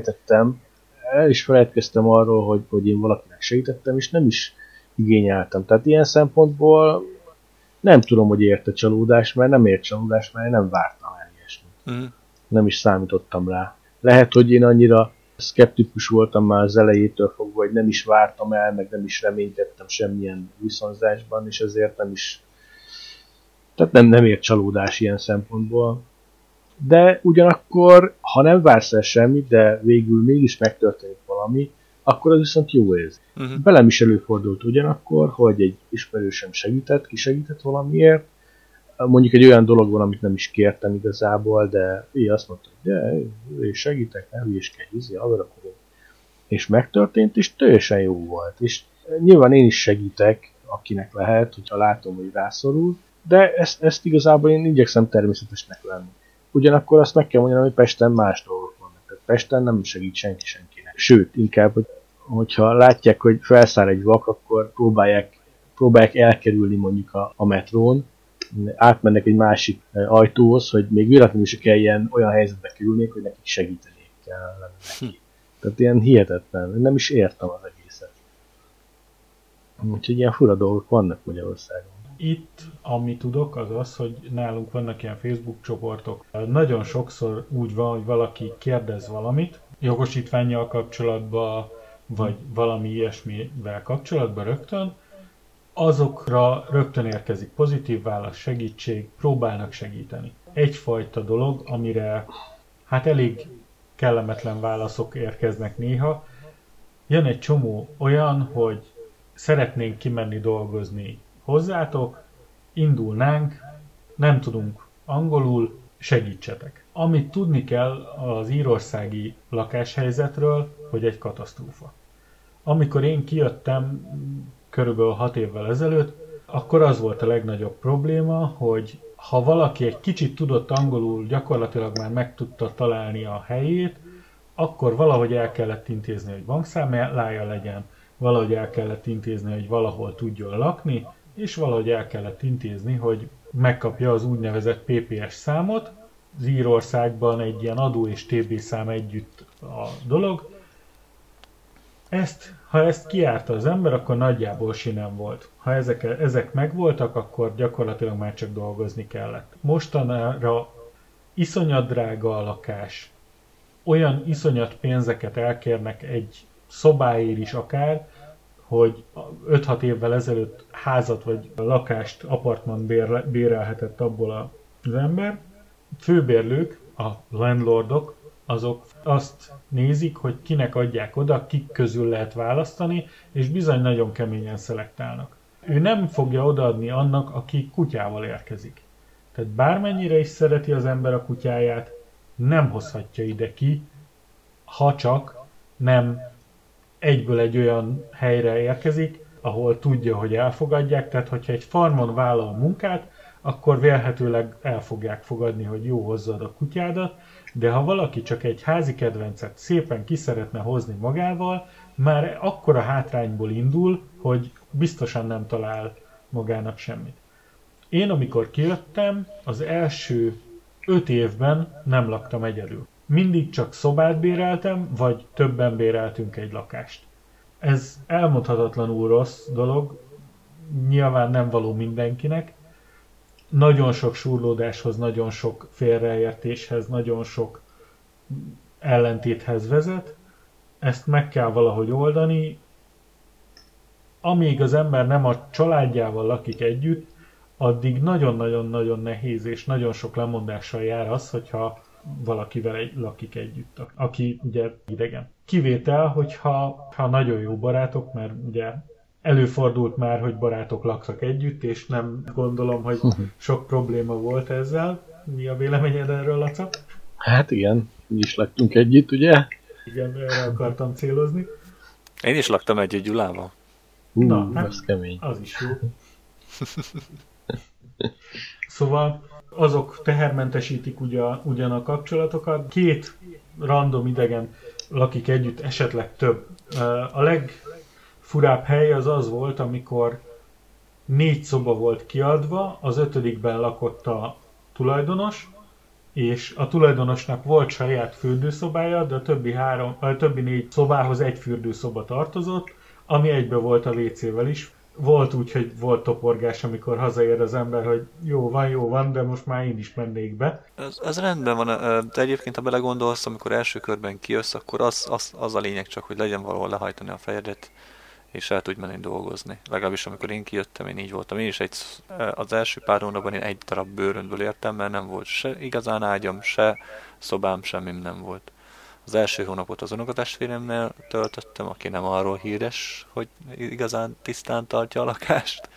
is felejtkeztem arról, hogy én valakinek segítettem, és nem is igényeltem. Tehát ilyen szempontból nem tudom, hogy ért a csalódás, mert nem ért csalódás, mert én nem vártam el ilyesmit. Nem is számítottam rá. Lehet, hogy én annyira szkeptikus voltam már az elejétől fogva, hogy nem is vártam el, meg nem is reménykedtem semmilyen viszonzásban, és ezért tehát nem ért csalódás ilyen szempontból. De ugyanakkor, ha nem vársz el semmit, de végül mégis megtörténik valami, akkor az viszont jó érzés. Velem is előfordult ugyanakkor, hogy egy ismerősöm kisegített valamiért, mondjuk egy olyan dolog van, amit nem is kértem igazából, de ő azt mondta, hogy de segítek, ne hülyéskedj, haverok. És megtörtént, és teljesen jó volt. És nyilván én is segítek, akinek lehet, hogyha látom, hogy rászorul, de ezt igazából én igyekszem természetesnek lenni. Ugyanakkor azt meg kell mondanom, hogy Pesten más dolgok vannak. Tehát Pesten nem segít senki senkinek. Sőt, inkább, hogyha látják, hogy felszáll egy vak, akkor próbálják elkerülni mondjuk a metrón, átmennek egy másik ajtóhoz, hogy még véletlenül se kelljen olyan helyzetbe kerülnék, hogy nekik segíteni kell neki. Tehát ilyen hihetetlen, nem is értem az egészet. Úgyhogy ilyen fura dolgok vannak Magyarországon. Itt, ami tudok, az az, hogy nálunk vannak ilyen Facebook csoportok. Nagyon sokszor úgy van, hogy valaki kérdez valamit, jogosítvánnyal kapcsolatban, vagy valami ilyesmivel kapcsolatban rögtön, azokra rögtön érkezik pozitív válasz, segítség, próbálnak segíteni. Egyfajta dolog, amire hát elég kellemetlen válaszok érkeznek néha. Jön egy csomó olyan, hogy szeretnénk kimenni dolgozni hozzátok, indulnánk, nem tudunk angolul, segítsetek. Amit tudni kell az írországi lakáshelyzetről, hogy egy katasztrófa. Amikor én kijöttem körülbelül 6 évvel ezelőtt, akkor az volt a legnagyobb probléma, hogy ha valaki egy kicsit tudott angolul, gyakorlatilag már meg tudta találni a helyét, akkor valahogy el kellett intézni, hogy bankszámlája legyen, valahogy el kellett intézni, hogy valahol tudjon lakni, és valahogy el kellett intézni, hogy megkapja az úgynevezett PPS számot. Az Írországban egy ilyen adó és TB szám együtt a dolog. Ha ezt kijárta az ember, akkor nagyjából sinem volt. Ha ezek megvoltak, akkor gyakorlatilag már csak dolgozni kellett. Mostanra iszonyat drága a lakás. Olyan iszonyat pénzeket elkérnek egy szobáért is akár, hogy 5-6 évvel ezelőtt házat vagy lakást, apartman bérelhetett abból az ember. Főbérlők, a landlordok, azok azt nézik, hogy kinek adják oda, kik közül lehet választani, és bizony nagyon keményen szelektálnak. Ő nem fogja odaadni annak, aki kutyával érkezik. Tehát bármennyire is szereti az ember a kutyáját, nem hozhatja ide ki, ha csak nem egyből egy olyan helyre érkezik, ahol tudja, hogy elfogadják, tehát hogyha egy farmon vállal munkát, akkor vélhetőleg el fogják fogadni, hogy jó, hozzad a kutyádat, de ha valaki csak egy házi kedvencet szépen ki szeretne hozni magával, már akkora hátrányból indul, hogy biztosan nem talál magának semmit. Én amikor kijöttem, az első 5 évben nem laktam egyedül. Mindig csak szobát béreltem, vagy többen béreltünk egy lakást. Ez elmondhatatlanul rossz dolog, nyilván nem való mindenkinek. Nagyon sok surlódáshoz, nagyon sok félreértéshez, nagyon sok ellentéthez vezet. Ezt meg kell valahogy oldani. Amíg az ember nem a családjával lakik együtt, addig nagyon-nagyon-nagyon nehéz és nagyon sok lemondással jár az, hogyha valakivel lakik együtt, aki ugye idegen. Kivétel, hogyha nagyon jó barátok, mert ugye előfordult már, hogy barátok laktak együtt, és nem gondolom, hogy sok probléma volt ezzel. Mi a véleményed erről, Laca? Hát igen, mi is laktunk együtt, ugye? Igen, erre akartam célozni. Én is laktam együtt Gyulával. Na, hát, az kemény. Az is jó. Szóval azok tehermentesítik ugyan a kapcsolatokat. 2 random idegen lakik együtt, esetleg több. A legfurább hely az volt, amikor 4 szoba volt kiadva, az 5-ben lakott a tulajdonos, és a tulajdonosnak volt saját fürdőszobája, de a többi 4 szobához egy fürdőszoba tartozott, ami egybe volt a WC-vel is. Volt úgy, hogy volt toporgás, amikor hazaér az ember, hogy jó van, de most már én is mennék be. Ez rendben van, de egyébként ha belegondolsz, amikor első körben kijössz, akkor az a lényeg csak, hogy legyen valahol lehajtani a fejedet, és el tudj menni dolgozni. Legalábbis amikor én kijöttem, én így voltam. Én is az első pár hónapban én egy darab bőröntből értem, mert nem volt se igazán ágyam, se szobám, semmim nem volt. Az első hónapot az unokatestvéremnél töltöttem, aki nem arról híres, hogy igazán tisztán tartja a lakást.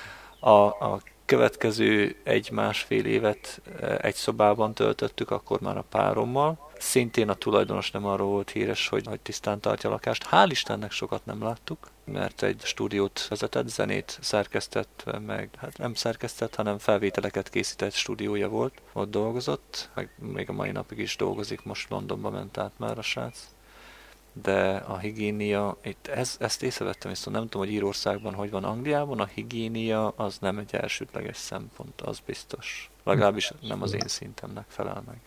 A következő 1-1,5 évet egy szobában töltöttük, akkor már a párommal. Szintén a tulajdonos nem arról volt híres, hogy tisztán tartja a lakást. Hál' Istennek sokat nem láttuk, mert egy stúdiót vezetett, zenét szerkesztett, meg hát nem szerkesztett, hanem felvételeket készített stúdiója volt. Ott dolgozott, meg még a mai napig is dolgozik, most Londonba ment át már a srác. De a higiénia, ezt észrevettem, viszont nem tudom, hogy Írországban hogy van. Angliában a higiénia az nem egy elsődleges szempont, az biztos. Legalábbis nem az én szintemnek felel meg.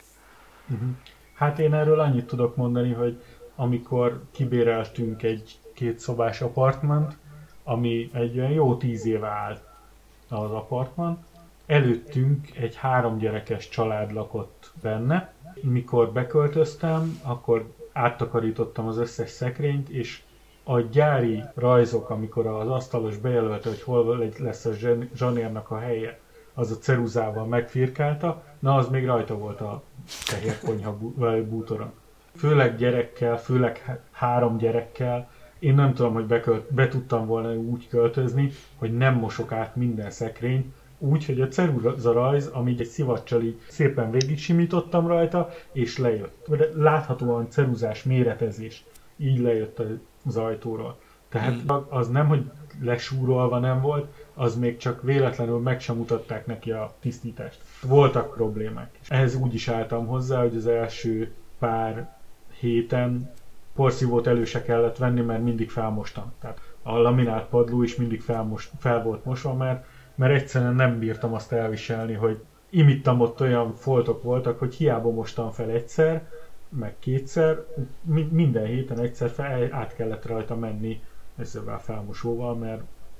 Hát én erről annyit tudok mondani, hogy amikor kibéreltünk egy 2 szobás apartmant, ami egy olyan jó 10 éve állt az apartman, előttünk egy 3 gyerekes család lakott benne. Mikor beköltöztem, akkor áttakarítottam az összes szekrényt, és a gyári rajzok, amikor az asztalos bejelölte, hogy hol lesz a zsanérnak a helye, az a ceruzával megfirkálta, na az még rajta volt a fehér konyha bútoron. Főleg gyerekkel, főleg 3 gyerekkel, én nem tudom, hogy be tudtam volna úgy költözni, hogy nem mosok át minden szekrény, úgy, hogy a ceruza rajz, amíg egy szivacsal így szépen végig simítottam rajta, és lejött. Láthatóan ceruzás méretezés így lejött az ajtóról. Tehát az nem, hogy lesúrolva nem volt, az még csak véletlenül meg sem mutatták neki a tisztítást. Voltak problémák. Ehhez úgy is álltam hozzá, hogy az első pár héten porszívót elő se kellett venni, mert mindig felmostam. Tehát a laminált padló is mindig fel volt mosva, mert egyszerűen nem bírtam azt elviselni, hogy imittam ott olyan foltok voltak, hogy hiába mostam fel egyszer, meg 2-szer, minden héten egyszer át kellett rajta menni ezzel felmosóval, mert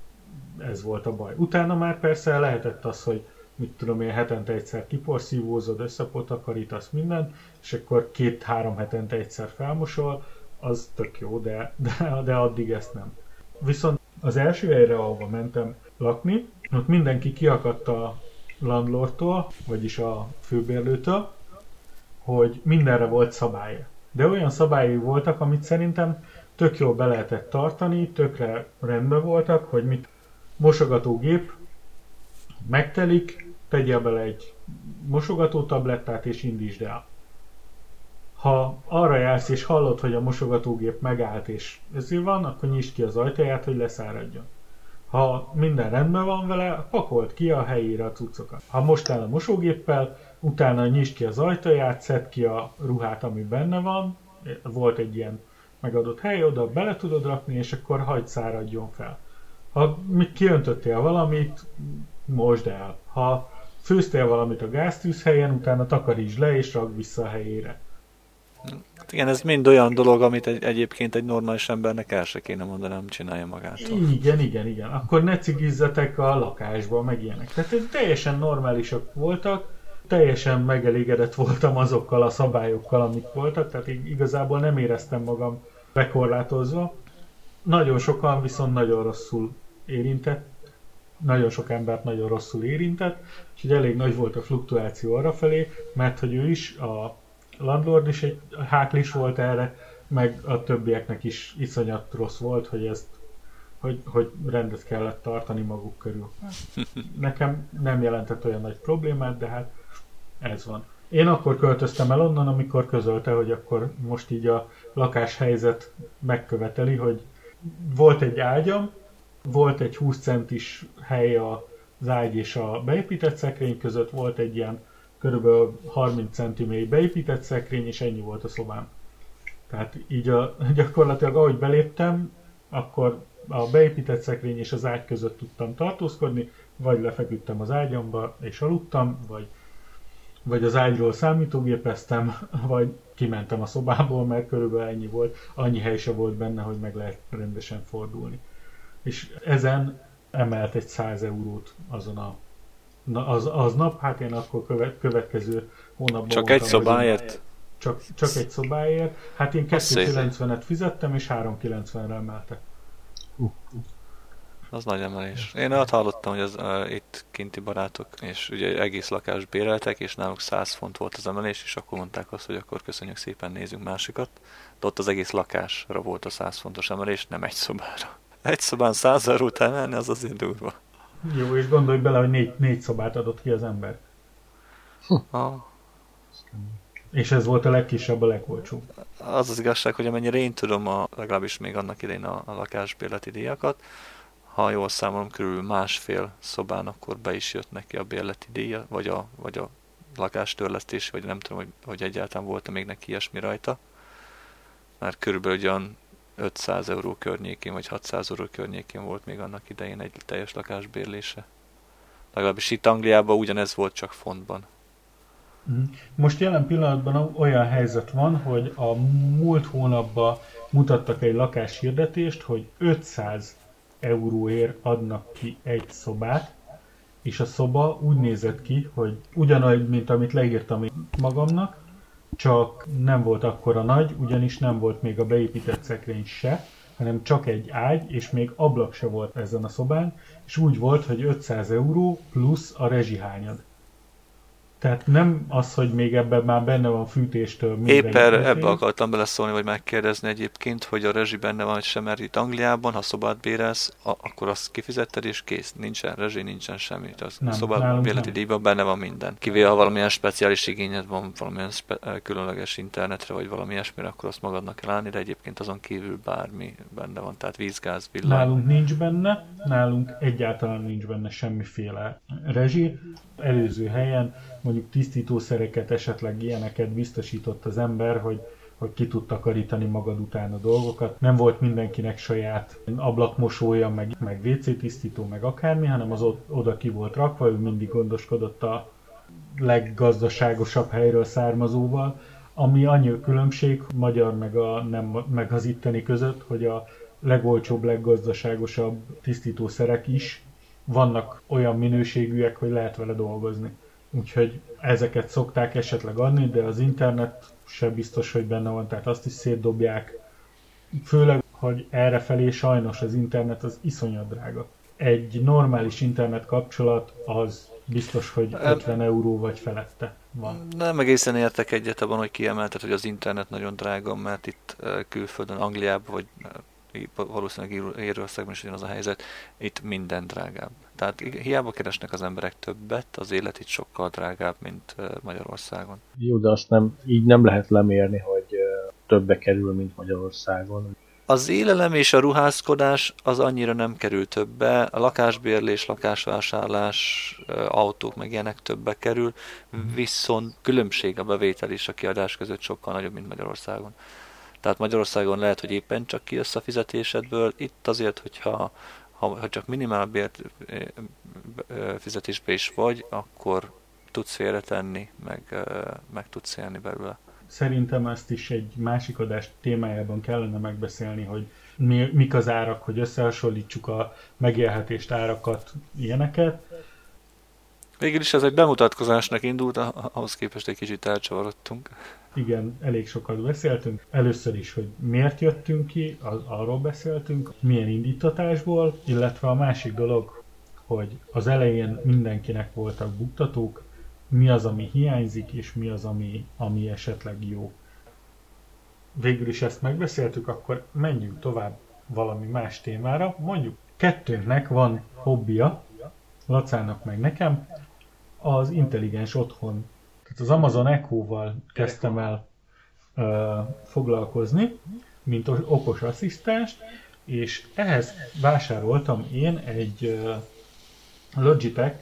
ez volt a baj. Utána már persze lehetett az, hogy mit tudom én, hetente egyszer kiporszívózod, összepotakarítasz mindent, és akkor 2-3 hetente egyszer felmosol, az tök jó, de addig ezt nem. Viszont az első helyre, ahova mentem lakni, ott mindenki kiakadt a landlordtól, vagyis a főbérlőtől, hogy mindenre volt szabálya. De olyan szabályai voltak, amit szerintem tök jól be lehetett tartani, tökre rendben voltak, hogy mit mosogatógép megtelik, tegyél bele egy mosogatótablettát és indítsd el. Ha arra jársz és hallod, hogy a mosogatógép megállt és ezért van, akkor nyisd ki az ajtaját, hogy leszáradjon. Ha minden rendben van vele, pakold ki a helyére a cuccokat. Ha mostál a mosógéppel, utána nyisd ki az ajtaját, szedd ki a ruhát, ami benne van, volt egy ilyen megadott hely, oda bele tudod rakni, és akkor hagyd száradjon fel. Ha kiöntöttél valamit, mosd el. Ha főztél valamit a gáztűz helyen, utána takarítsd le, és rakd vissza a helyére. Igen, ez mind olyan dolog, amit egyébként egy normális embernek el se kéne mondani, nem csinálja magától. Igen. Akkor ne cigizzetek a lakásba, meg ilyenek. Tehát teljesen normálisak voltak, teljesen megelégedett voltam azokkal a szabályokkal, amik voltak, tehát igazából nem éreztem magam bekorlátozva. Nagyon sokan viszont nagyon rosszul érintett, nagyon sok embert nagyon rosszul érintett, úgyhogy elég nagy volt a fluktuáció arrafelé, mert hogy ő is, a landlord is egy háklis volt erre, meg a többieknek is iszonyat rossz volt, hogy rendet kellett tartani maguk körül. Nekem nem jelentett olyan nagy problémát, de hát ez van. Én akkor költöztem el onnan, amikor közölte, hogy akkor most így a lakáshelyzet megköveteli, hogy volt egy ágyam, volt egy 20 centis hely az ágy és a beépített szekrény között, volt egy ilyen körülbelül 30 cm beépített szekrény, és ennyi volt a szobám. Tehát így gyakorlatilag ahogy beléptem, akkor a beépített szekrény és az ágy között tudtam tartózkodni, vagy lefeküdtem az ágyamba és aludtam, vagy az ágyról számítógépeztem, vagy kimentem a szobából, mert körülbelül ennyi volt, annyi hely se volt benne, hogy meg lehet rendesen fordulni. És ezen emelt egy 100 eurót azon aznap, hát én akkor következő hónapban csak egy szobáért? Csak egy szobáért. Hát én 290-et fizettem, és 390-re emeltek. az nagy emelés. Én ott hallottam, hogy az itt kinti barátok, és ugye egész lakást béreltek, és náluk 100 font volt az emelés, és akkor mondták azt, hogy akkor köszönjük szépen, nézzünk másikat. De ott az egész lakásra volt a 100 fontos emelés, nem egy szobára. Egy szobán 100 eurót emelni, az azért durva. Jó, és gondolj bele, hogy négy szobát adott ki az ember. És ez volt a legkisebb, a legolcsóbb. Az az igazság, hogy amennyire én tudom, legalábbis még annak idején a lakásbérleti díjakat, ha jól számolom, körül másfél szobán akkor be is jött neki a bérleti díja, vagy a lakástörlesztés, vagy nem tudom, hogy egyáltalán volt-e még neki ilyesmi rajta. Mert körülbelül olyan 500 euró környékén, vagy 600 euró környékén volt még annak idején egy teljes lakásbérlése. Legalábbis itt Angliában ugyanez volt, csak fontban. Most jelen pillanatban olyan helyzet van, hogy a múlt hónapban mutattak egy lakáshirdetést, hogy 500 euróért adnak ki egy szobát, és a szoba úgy nézett ki, hogy ugyanolyan, mint amit leírtam magamnak, csak nem volt akkora nagy, ugyanis nem volt még a beépített szekrény se, hanem csak egy ágy, és még ablak se volt ezen a szobán, és úgy volt, hogy 500 euró plusz a rezsihányad. Tehát nem az, hogy még ebben már benne van fűtéstől minden. Éppen ebbe akartam beleszólni, vagy megkérdezni egyébként, hogy a rezsi benne van, hogy sem, mert itt Angliában, ha szobát bérelsz, akkor azt kifizetted és kész. Nincsen rezsi, nincsen semmi. A szobát bérleti díjban benne van minden. Kivéve, ha valamilyen speciális igényed van, valamilyen különleges internetre, vagy valami ilyesmire, akkor azt magadnak kell állni, de egyébként azon kívül bármi benne van, tehát víz, gáz, villany. Nálunk nincs benne, nálunk egyáltalán nincs benne semmiféle rezsi. Előző helyen mondjuk tisztítószereket, esetleg ilyeneket biztosított az ember, hogy ki tud takarítani magad után a dolgokat. Nem volt mindenkinek saját ablakmosója, meg WC tisztító, meg akármi, hanem az oda ki volt rakva, ő mindig gondoskodott a leggazdaságosabb helyről származóval, ami annyi különbség magyar meg az itteni között, hogy a legolcsóbb, leggazdaságosabb tisztítószerek is vannak olyan minőségűek, hogy lehet vele dolgozni. Úgyhogy ezeket szokták esetleg adni, de az internet se biztos, hogy benne van, tehát azt is szétdobják. Főleg, hogy errefelé sajnos az internet az iszonyat drága. Egy normális internet kapcsolat az biztos, hogy 50 euró vagy felette van. Nem egészen értek egyet abban, hogy kiemelted, hogy az internet nagyon drága, mert itt külföldön, Angliában, vagy valószínűleg Írországban is ugyanaz a helyzet, itt minden drágább. Tehát hiába keresnek az emberek többet, az élet itt sokkal drágább, mint Magyarországon. Jó, de azt így nem lehet lemérni, hogy többe kerül, mint Magyarországon. Az élelem és a ruházkodás az annyira nem kerül többe, a lakásbérlés, lakásvásárlás, autók meg ilyenek többe kerül, viszont különbség a bevétel és a kiadás között sokkal nagyobb, mint Magyarországon. Tehát Magyarországon lehet, hogy éppen csak kijössz a fizetésedből, itt azért, hogyha csak minimál fizetésbe is vagy, akkor tudsz félretenni, meg tudsz élni belőle. Szerintem ezt is egy másik adás témájában kellene megbeszélni, hogy mik az árak, hogy összehasonlítsuk a megélhetést, árakat, ilyeneket. Végül is ez egy bemutatkozásnak indult, ahhoz képest egy kicsit elcsavarodtunk. Igen, elég sokat beszéltünk. Először is, hogy miért jöttünk ki, arról beszéltünk, milyen indítatásból, illetve a másik dolog, hogy az elején mindenkinek voltak buktatók, mi az, ami hiányzik, és mi az, ami esetleg jó. Végül is ezt megbeszéltük, akkor menjünk tovább valami más témára. Mondjuk kettőnknek van hobbija, Lacának meg nekem, az intelligens otthon. Tehát az Amazon Echo-val kezdtem el foglalkozni, mint okos asszisztens, és ehhez vásároltam én egy Logitech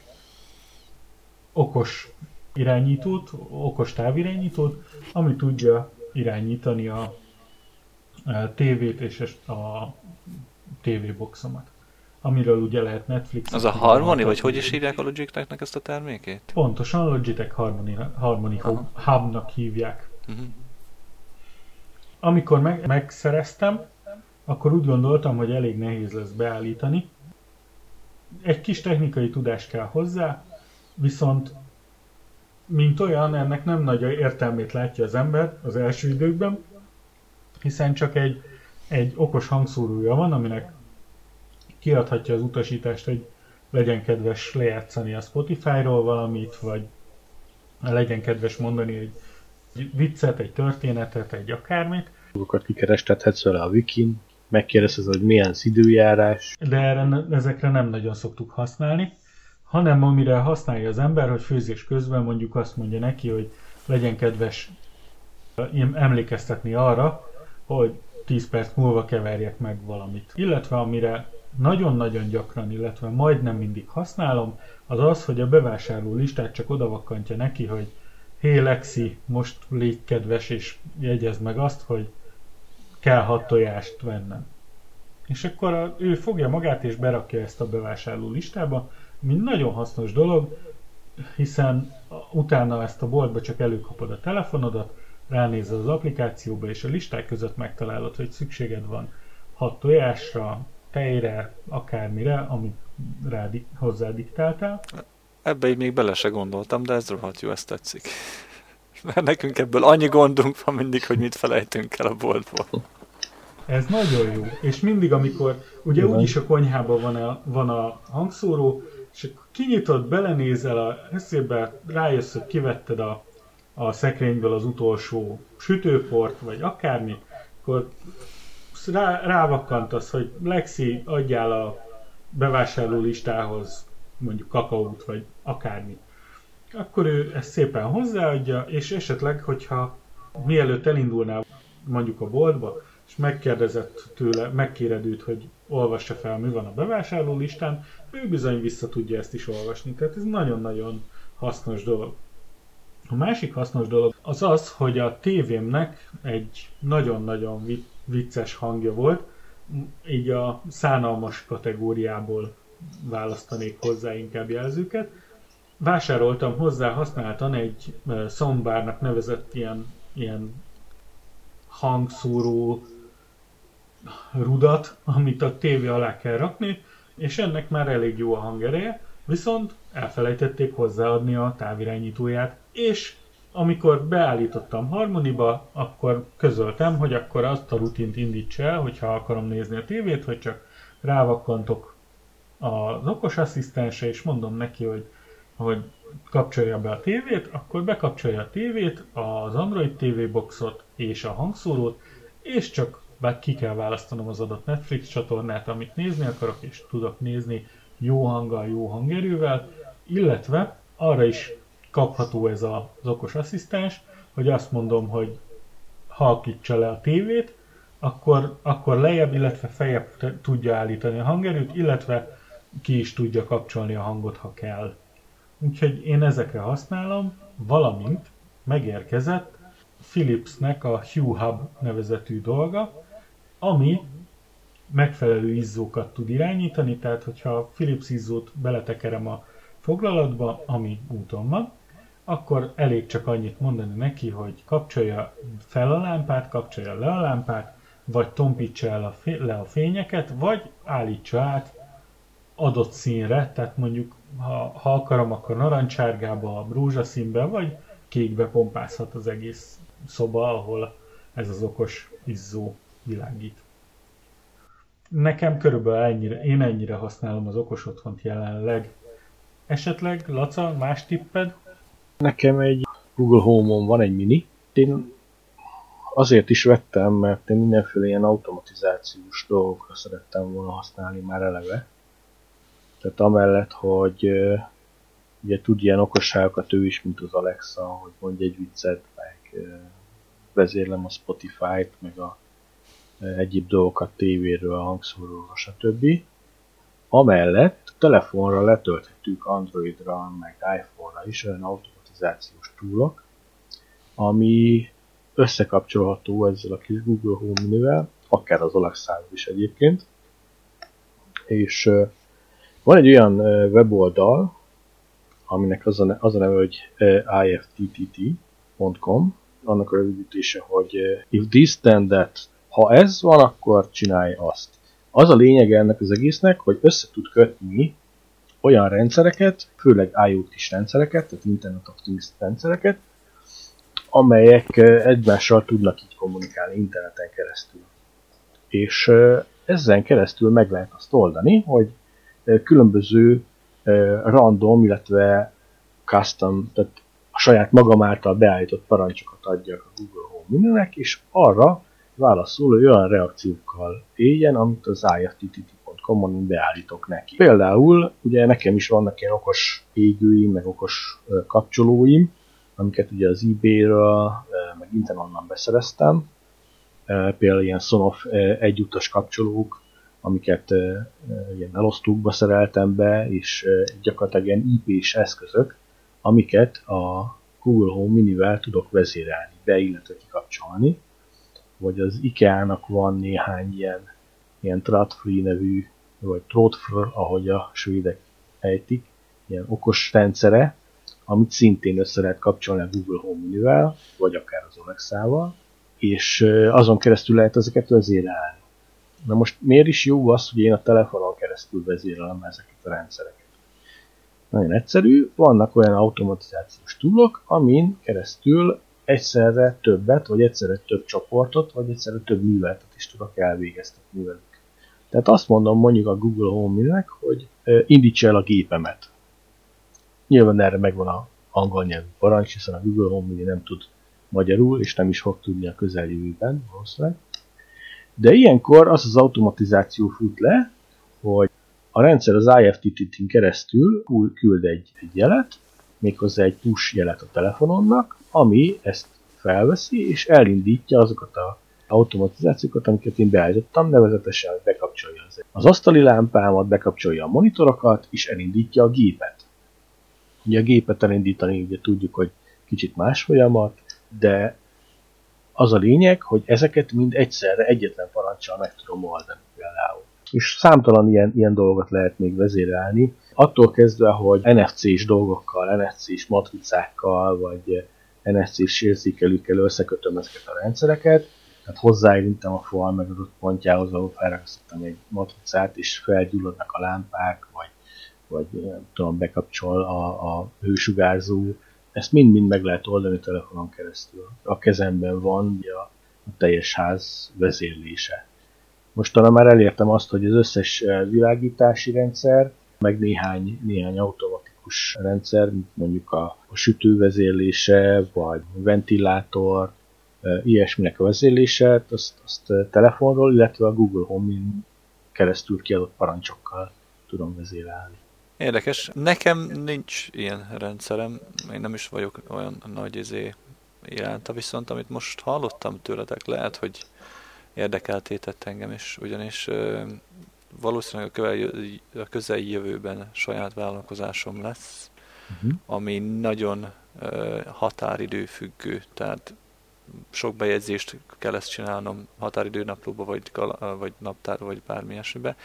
okos irányítót, okos távirányítót, ami tudja irányítani a tévét és a tévéboxomat, amiről ugye lehet Netflix. Az a Harmony, vagy hogy is hívják a Logitechnek ezt a termékét? Pontosan, Logitech Harmony Hubnak hívják. Uh-huh. Amikor megszereztem, akkor úgy gondoltam, hogy elég nehéz lesz beállítani. Egy kis technikai tudás kell hozzá, viszont mint olyan, ennek nem nagy értelmét látja az ember az első időkben, hiszen csak egy okos hangszórója van, aminek kiadhatja az utasítást, hogy legyen kedves lejátszani a Spotify-ról valamit, vagy legyen kedves mondani egy viccet, egy történetet, egy akármit. Dolgokat kikerestethetsz vele a wikin, megkérdezed, hogy milyen időjárás. De ezekre nem nagyon szoktuk használni, hanem amire használja az ember, hogy főzés közben mondjuk azt mondja neki, hogy legyen kedves emlékeztetni arra, hogy 10 perc múlva keverjek meg valamit. Illetve amire nagyon-nagyon gyakran, illetve majdnem mindig használom, az az, hogy a bevásárló listát csak odavakkantja neki, hogy hé Lexi, most légy kedves, és jegyezd meg azt, hogy kell 6 tojást vennem. És akkor ő fogja magát és berakja ezt a bevásárló listába, ami nagyon hasznos dolog, hiszen utána ezt a boltba csak előkapod a telefonodat, ránézel az applikációba, és a listák között megtalálod, hogy szükséged van 6 tojásra, tejre, akármire, amit hozzá diktáltál. Ebbe így még bele se gondoltam, de ez rohadt jó, ezt tetszik. Mert nekünk ebből annyi gondunk van mindig, hogy mit felejtünk el a boltból. Ez nagyon jó. És mindig, amikor ugye úgyis a konyhában van a hangszóró, és akkor kinyitod, belenézel a eszébe, rájössz, hogy kivetted a szekrényből az utolsó sütőport, vagy akármi, akkor rávakkantasz, hogy Lexi, adjál a bevásárló listához mondjuk kakaót, vagy akármi. Akkor ő ezt szépen hozzáadja, és esetleg, hogyha mielőtt elindulnál mondjuk a boltba, és megkéred őt, hogy olvassa fel, mi van a bevásárló listán, ő bizony vissza tudja ezt is olvasni. Tehát ez nagyon-nagyon hasznos dolog. A másik hasznos dolog az az, hogy a tévémnek egy nagyon-nagyon vicces hangja volt, így a szánalmas kategóriából választanék hozzá inkább jelzőket. Vásároltam hozzá használtan egy soundbarnak nevezett ilyen hangszóró rudat, amit a tévé alá kell rakni, és ennek már elég jó a hangereje, viszont elfelejtették hozzáadni a távirányítóját, és amikor beállítottam Harmonyba, akkor közöltem, hogy akkor azt a rutint indíts el, hogyha akarom nézni a tévét, hogy csak rávakkantok az okos asszisztensre, és mondom neki, hogy kapcsolja be a tévét, akkor bekapcsolja a tévét, az Android TV boxot és a hangszórót, és csak ki kell választanom az adott Netflix csatornát, amit nézni akarok, és tudok nézni jó hanggal, jó hangerővel, illetve arra is kapható ez az okos asszisztens, hogy azt mondom, hogy halkítsa le a tévét, akkor lejjebb, illetve feljebb tudja állítani a hangerőt, illetve ki is tudja kapcsolni a hangot, ha kell. Úgyhogy én ezekre használom, valamint megérkezett Philipsnek a Hue Hub nevezetű dolga, ami megfelelő izzókat tud irányítani, tehát hogyha Philips izzót beletekerem a foglalatba, ami úton van, akkor elég csak annyit mondani neki, hogy kapcsolja fel a lámpát, kapcsolja le a lámpát, vagy tompítsa el le a fényeket, vagy állítsa át adott színre, tehát mondjuk ha akarom, akkor narancsárgába, rózsaszínbe, vagy kékbe pompázhat az egész szoba, ahol ez az okos izzó világít. Nekem körülbelül ennyire használom az okos otthont jelenleg. Esetleg, Laca, más tipped? Nekem egy Google Home-on van egy mini. Én azért is vettem, mert én mindenféle ilyen automatizációs dolgokra szerettem volna használni már eleve. Tehát amellett, hogy ugye tud ilyen okosságokat ő is, mint az Alexa, hogy mondj egy viccet, meg vezérlem a Spotify-t, meg a egyéb dolgokat tévéről, a hangszóróról, stb. Amellett telefonra letölthetünk Androidra, meg iPhone-ra is olyan automatizációs toolok, ami összekapcsolható ezzel a kis Google Home minivel, akár az Alexa-val is egyébként. És van egy olyan weboldal, aminek az a neve, hogy ifttt.com, annak a rövidítése, hogy if this then that, ha ez van, akkor csinálj azt. Az a lényege ennek az egésznek, hogy össze tud kötni olyan rendszereket, főleg IoT-s rendszereket, tehát Internet of Things rendszereket, amelyek egymással tudnak így kommunikálni interneten keresztül. És ezen keresztül meg lehet azt oldani, hogy különböző random, illetve custom, tehát a saját magam által beállított parancsokat adjak a Google Home Mininek, és arra válaszol, hogy olyan reakciókkal éljen, amit az ifttt.com-on beállítok neki. Például ugye nekem is vannak ilyen okos égőim, meg okos kapcsolóim, amiket ugye az eBay-ről, meg interneten beszereztem. Például ilyen Sonoff egyutas kapcsolók, amiket ilyen elosztókba szereltem be, és gyakorlatilag ilyen IP-s eszközök, amiket a Google Home Minivel tudok vezérelni, be, illetve kikapcsolni. Vagy az IKEA-nak van néhány ilyen Tradfri nevű, vagy Trodfr, ahogy a svédek ejtik, ilyen okos rendszere, amit szintén össze lehet kapcsolni a Google Home Minivel, vagy akár az Alexa-val, és azon keresztül lehet ezeket vezérelni. Na most miért is jó az, hogy én a telefonon keresztül vezérelem ezeket a rendszereket? Nagyon egyszerű, vannak olyan automatizációs toolok, amin keresztül egyszerre többet, vagy egyszerre több csoportot, vagy egyszerre több műveletet is tudok elvégeztetni velük. Tehát azt mondom mondjuk a Google Home Mininek, hogy indítsa el a gépemet. Nyilván erre megvan a angol nyelvű parancs, hiszen a Google Home Mini nem tud magyarul, és nem is fog tudni a közeljövőben valószínűleg. De ilyenkor az az automatizáció fut le, hogy a rendszer az IFTTT-n keresztül küld egy jelet, méghozzá egy push jelet a telefonomnak, ami ezt felveszi, és elindítja azokat az automatizációkat, amiket én beállítottam, nevezetesen bekapcsolja az asztali lámpámat, bekapcsolja a monitorokat, és elindítja a gépet. Ugye a gépet elindítani, ugye tudjuk, hogy kicsit más folyamat, de az a lényeg, hogy ezeket mind egyszerre egyetlen parancsal meg tudom oldani például. És számtalan ilyen dolgot lehet még vezérelni, attól kezdve, hogy NFC-s dolgokkal, NFC-s matricákkal, vagy NFC-s érzékelőkkel összekötöm ezeket a rendszereket, tehát hozzáérintem a fal megadott pontjához, ahol felragasztottam egy matricát, és felgyulladnak a lámpák, vagy nem tudom, bekapcsol a hősugárzó. Ezt mind-mind meg lehet oldani a telefonon keresztül. A kezemben van ugye a teljes ház vezérlése. Mostanra már elértem azt, hogy az összes világítási rendszer, meg néhány automatikus rendszer, mint mondjuk a sütővezérlése, vagy ventilátor, ilyesminek a vezérlése, azt telefonról, illetve a Google Home-in keresztül kiadott parancsokkal tudom vezérelni. Érdekes. Nekem nincs ilyen rendszerem, én nem is vagyok olyan nagy iránta, viszont amit most hallottam tőletek, lehet, hogy érdekeltétett engem is, ugyanis valószínűleg a közeljövőben saját vállalkozásom lesz, ami nagyon határidő függő, tehát sok bejegyzést kell ezt csinálnom határidőnaplóba, vagy naptárba, vagy bármi ilyesmibe.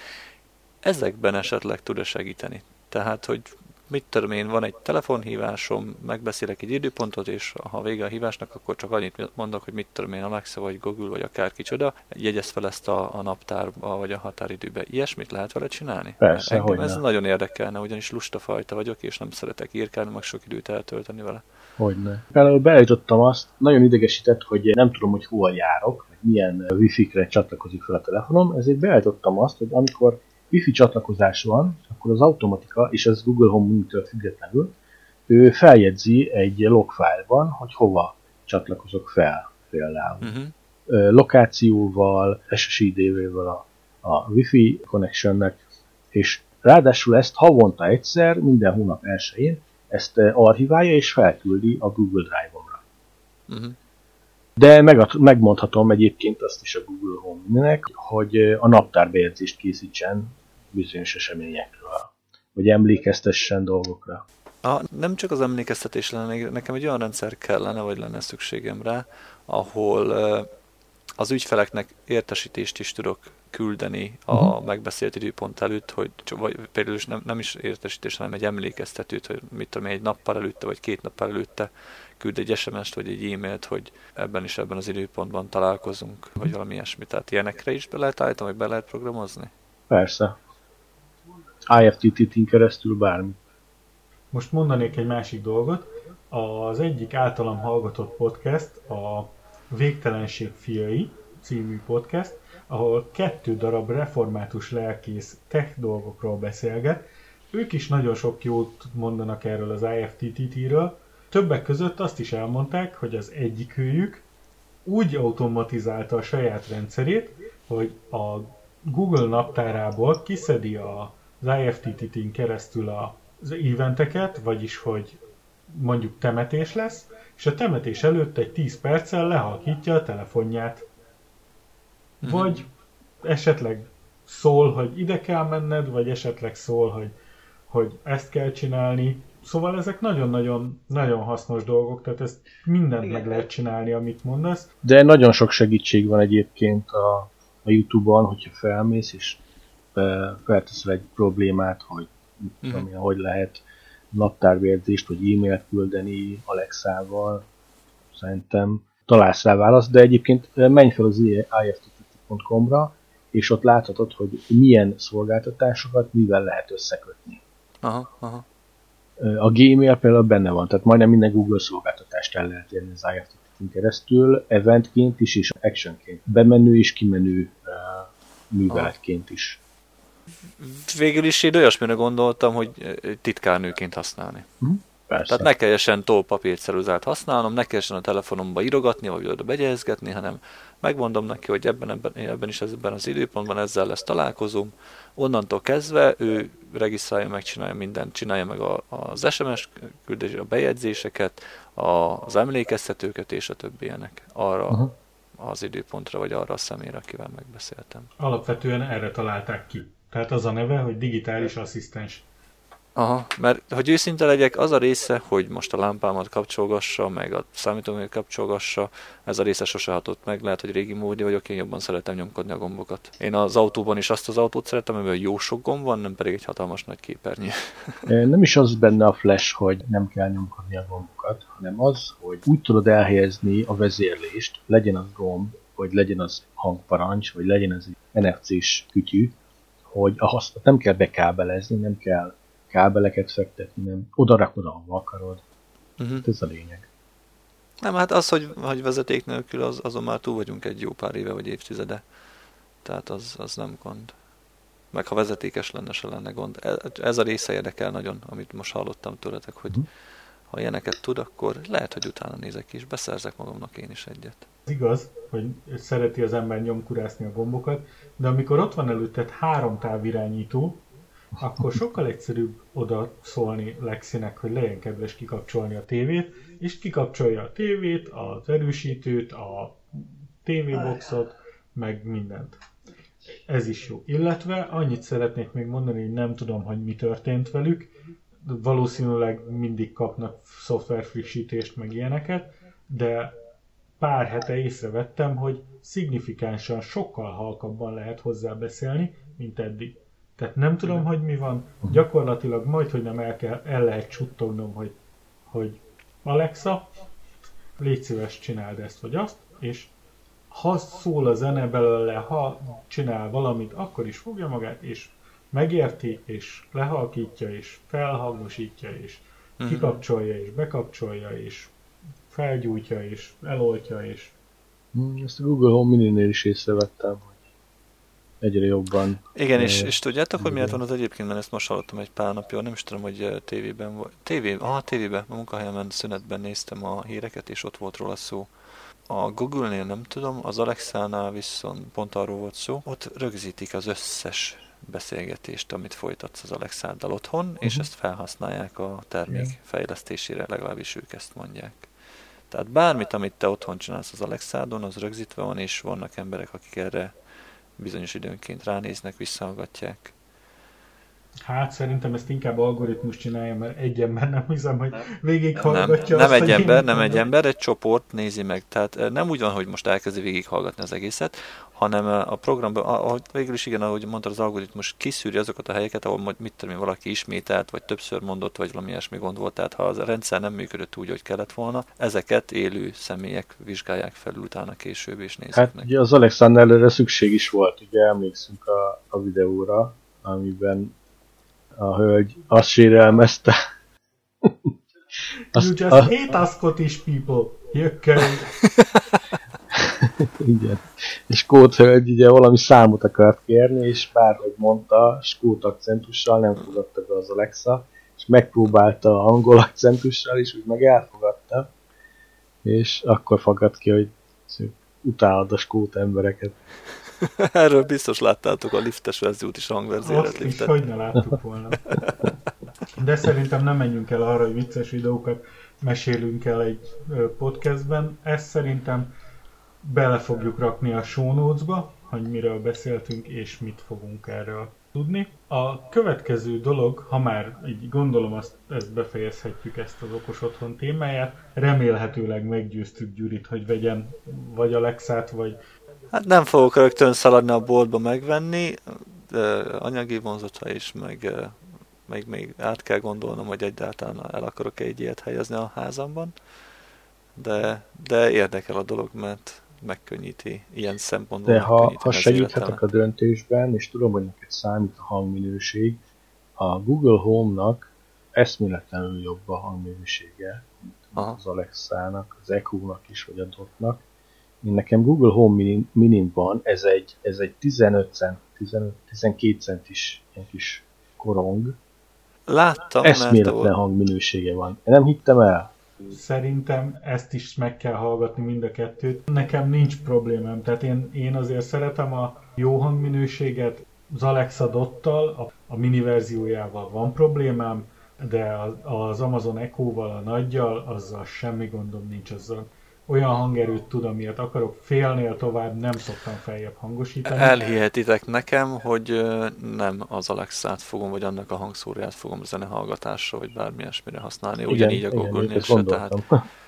Ezekben esetleg tud-e segíteni? Tehát, hogy mit tudom én, van egy telefonhívásom, megbeszélek egy időpontot, és ha vége a hívásnak, akkor csak annyit mondok, hogy mit tudom én, Alexa, vagy Google, vagy akár kicsoda, jegyez fel ezt a naptárba, vagy a határidőbe. Ilyesmit lehet vele csinálni? Persze, engem ez nagyon érdekelne, ugyanis lustafajta vagyok, és nem szeretek írkálni, meg sok időt eltölteni vele. Hogyne. Például beállítottam azt, nagyon idegesített, hogy nem tudom, hogy hol járok, vagy milyen wifi-kre csatlakozik fel a telefonom, ezért beállítottam azt, hogy amikor wifi csatlakozás van, akkor az automatika, és ez Google Home Mini-től függetlenül, ő feljegyzi egy logfile-ban, hogy hova csatlakozok fel például. Lokációval, SSID-vel a Wi-Fi connectionnek, és ráadásul ezt havonta egyszer, minden hónap 1-én ezt archiválja és felküldi a Google Drive-omra. De megmondhatom egyébként azt is a Google Home Mininek, hogy a naptárbejegyzést készítsen bizonyos eseményekről, vagy emlékeztessen dolgokra. Nem csak az emlékeztetés lenne, nekem egy olyan rendszer kellene, vagy lenne szükségem rá, ahol az ügyfeleknek értesítést is tudok küldeni a megbeszélt időpont előtt, hogy vagy például nem is értesítés, hanem egy emlékeztetőt, hogy mit tudom, egy nappal előtte, vagy 2 nappal előtte küld egy SMS-t, vagy egy e-mailt, hogy ebben az időpontban találkozunk, vagy valami ilyesmi. Tehát ilyenekre is be lehet állítani, vagy be lehet programozni? Persze. IFTTT-n keresztül bármi. Most mondanék egy másik dolgot. Az egyik általam hallgatott podcast, a Végtelenség fiai, című podcast, ahol 2 darab református lelkész tech dolgokról beszélget. Ők is nagyon sok jót mondanak erről az IFTTT-ről. Többek között azt is elmondták, hogy az egyikőjük úgy automatizálta a saját rendszerét, hogy a Google naptárából kiszedi az IFTTT-n keresztül az eventeket, vagyis hogy mondjuk temetés lesz, és a temetés előtt egy 10 perccel lehalkítja a telefonját. Vagy esetleg szól, hogy ide kell menned, vagy esetleg szól, hogy ezt kell csinálni. Szóval ezek nagyon-nagyon nagyon hasznos dolgok, tehát ezt mindent meg lehet csinálni, amit mondasz. De nagyon sok segítség van egyébként a YouTube-on, hogyha felmész, és felteszel egy problémát, hogy hogy lehet naptárjegyzést, vagy e-mailt küldeni Alexával, szerintem találsz rá választ, de egyébként menj fel az ifttt.com-ra, és ott láthatod, hogy milyen szolgáltatásokat mivel lehet összekötni. Aha. A Gmail például benne van, tehát majdnem minden Google szolgáltatást el lehet érni az IFTTT-n keresztül, eventként is és actionként, bemenő és kimenő műveletként is. Végül is én olyasmire gondoltam, hogy titkárnőként használni. Persze. Tehát ne kelljen tollpapírceruzát használnom, ne kelljen a telefonomba írogatni, vagy oda begyezgetni, hanem megmondom neki, hogy ebben az időpontban ezzel lesz találkozom. Onnantól kezdve ő regisztrálja meg, csinálja mindent, csinálja meg az SMS küldés, a bejegyzéseket, az emlékeztetőket és a többi ilyenek arra az időpontra, vagy arra a személyre, akivel megbeszéltem. Alapvetően erre találták ki. Tehát az a neve, hogy digitális asszisztens. Aha, mert hogy őszinte legyek, az a része, hogy most a lámpámat kapcsolgassa, meg a számítógépet kapcsolgassa, ez a része sose hatott meg, lehet, hogy régi módi vagyok, én jobban szeretem nyomkodni a gombokat. Én az autóban is azt az autót szeretem, amivel jó sok gomb van, nem pedig egy hatalmas nagy képernyő. Nem is az benne a flash, hogy nem kell nyomkodni a gombokat, hanem az, hogy úgy tudod elhelyezni a vezérlést, legyen az gomb, vagy legyen az hangparancs, vagy legyen az egy NFC-s kütyű, hogy azt nem kell bekábelezni, nem kell kábeleket fektetni, nem oda rakod, ahova akarod. Ez a lényeg. Nem, hát az, hogy vezeték nélkül, azon már túl vagyunk egy jó pár éve vagy évtizede. Tehát az nem gond. Meg ha vezetékes lenne, se lenne gond. Ez a része érdekel nagyon, amit most hallottam tőletek, hogy ha ilyeneket tud, akkor lehet, hogy utána nézek és beszerzek magamnak én is egyet. Ez igaz, hogy szereti az ember nyomkurászni a gombokat, de amikor ott van előtted 3 távirányító, akkor sokkal egyszerűbb oda szólni Lexinek, hogy legyen kedves kikapcsolni a tévét, és kikapcsolja a tévét, az erősítőt, a tévéboxot, meg mindent. Ez is jó. Illetve annyit szeretnék még mondani, hogy nem tudom, hogy mi történt velük. Valószínűleg mindig kapnak szoftverfrissítést, meg ilyeneket, de pár hete észrevettem, hogy szignifikánsan sokkal halkabban lehet hozzá beszélni, mint eddig. Tehát nem tudom, hogy mi van, gyakorlatilag majdhogy nem el lehet csuttognom, hogy Alexa, légy szíves, csináld ezt vagy azt, és ha szól a zene belőle, ha csinál valamit, akkor is fogja magát, és megérti, és lehalkítja, és felhangosítja, és kikapcsolja, és bekapcsolja, és felgyújtja, és eloltja, és... Ezt a Google Home Mini-nél is észrevettem, hogy egyre jobban... Igen, és tudjátok, hogy miért van az egyébként, mert ezt most hallottam egy pár napja, nem is tudom, hogy tévében volt. Tévében, a munkahelyemen szünetben néztem a híreket, és ott volt róla szó. A Google-nél nem tudom, az Alexa-nál viszont pont arról volt szó, ott rögzítik az összes beszélgetést, amit folytatsz az Alexa-ddal otthon, és ezt felhasználják a termék fejlesztésére, legalábbis ők ezt mondják. Tehát bármit, amit te otthon csinálsz az Alexa-don, az rögzítve van, és vannak emberek, akik erre bizonyos időnként ránéznek, visszahallgatják. Hát szerintem ezt inkább algoritmus csinálja, mert egy ember nem hiszem, hogy végighallgatja nem azt, egy ember, egy csoport nézi meg. Tehát nem úgy van, hogy most elkezdi végighallgatni az egészet, hanem a programban, végül is igen, ahogy mondtad, az algoritmus kiszűri azokat a helyeket, ahol valaki ismételt, vagy többször mondott, vagy valami ilyesmi gond volt. Tehát ha az a rendszer nem működött úgy, hogy kellett volna, ezeket élő személyek vizsgálják felül utána később, és nézik meg. Hát ugye az Alexánál erre szükség is volt, ugye emlékszünk a videóra, amiben a hölgy azt sérelmezte. You just hate us Scottish people. Jökkel. Igen. És Skót-hölgy ugye valami számot akart kérni, és bárhogy mondta, skót akcentussal nem fogadta be az Alexa, és megpróbálta angol akcentussal is, úgy meg elfogadta, és akkor fakadt ki, hogy utálod a skót embereket. Erről biztos láttátok a liftes verziót is, a hangverziót. Azt is, hogy ne láttuk volna. De szerintem nem menjünk el arra, hogy vicces videókat mesélünk el egy podcastben. Ezt szerintem bele fogjuk rakni a show notes-ba, hogy miről beszéltünk és mit fogunk erről tudni. A következő dolog, ha már így gondolom, ezt befejezhetjük, ezt az okos otthon témáját, remélhetőleg meggyőztük Gyurit, hogy vegyen vagy Alexát, vagy... Hát nem fogok rögtön szaladni a boltba megvenni, de anyagi vonzata is, meg még át kell gondolnom, hogy egyáltalán el akarok egy ilyet helyezni a házamban, de érdekel a dolog, mert megkönnyíti ilyen szempontból. De ha segíthetek a döntésben, és tudom, hogy neked számít a hangminőség, a Google Home-nak eszméletlenül jobb a hangminősége, az Alexa-nak, az Echo-nak is, vagy a Dot-nak. Nekem Google Home Minim van, ez egy 12 centis ilyen kis korong. Láttam, eszméletlen hangminősége van. Én nem hittem el. Szerintem ezt is meg kell hallgatni, mind a kettőt. Nekem nincs problémám, tehát én azért szeretem a jó hangminőséget. Az Alexa Dottal, a mini verziójával van problémám, de az Amazon Echo-val, a nagyjal, azzal semmi gondom nincs, azzal olyan hangerőt tud, amilyet akarok, félnél tovább nem szoktam feljebb hangosítani. Elhihetitek nekem, hogy nem az Alexát fogom, vagy annak a hangszóróját fogom zenehallgatásra, vagy bármi ilyesmire használni. Ugyanígy a Google-nél se, tehát...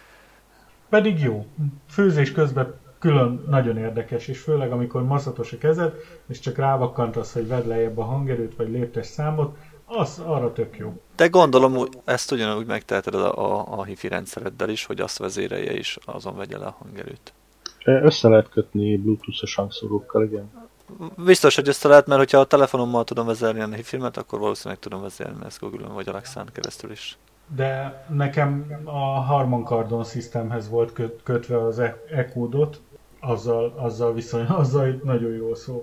Pedig jó. Főzés közben külön nagyon érdekes, és főleg amikor maszatos a kezed, és csak rávakkantasz, hogy vedd lejjebb a hangerőt, vagy léptes számot, az arra tök jó. De gondolom, ezt ugyanúgy megteheted a hifi rendszereddel is, hogy azt vezérelje is, azon vegye le a hangerőt. Össze lehet kötni bluetooth-os hangszórókkal, igen. Biztos, hogy össze lehet, mert hogyha a telefonommal tudom vezérelni a hifimet, akkor valószínűleg tudom vezérelni ezt Google-on vagy Alexán keresztül is. De nekem a Harman Kardon Systemhez volt kötve az Echo Dot, azzal nagyon jól szól.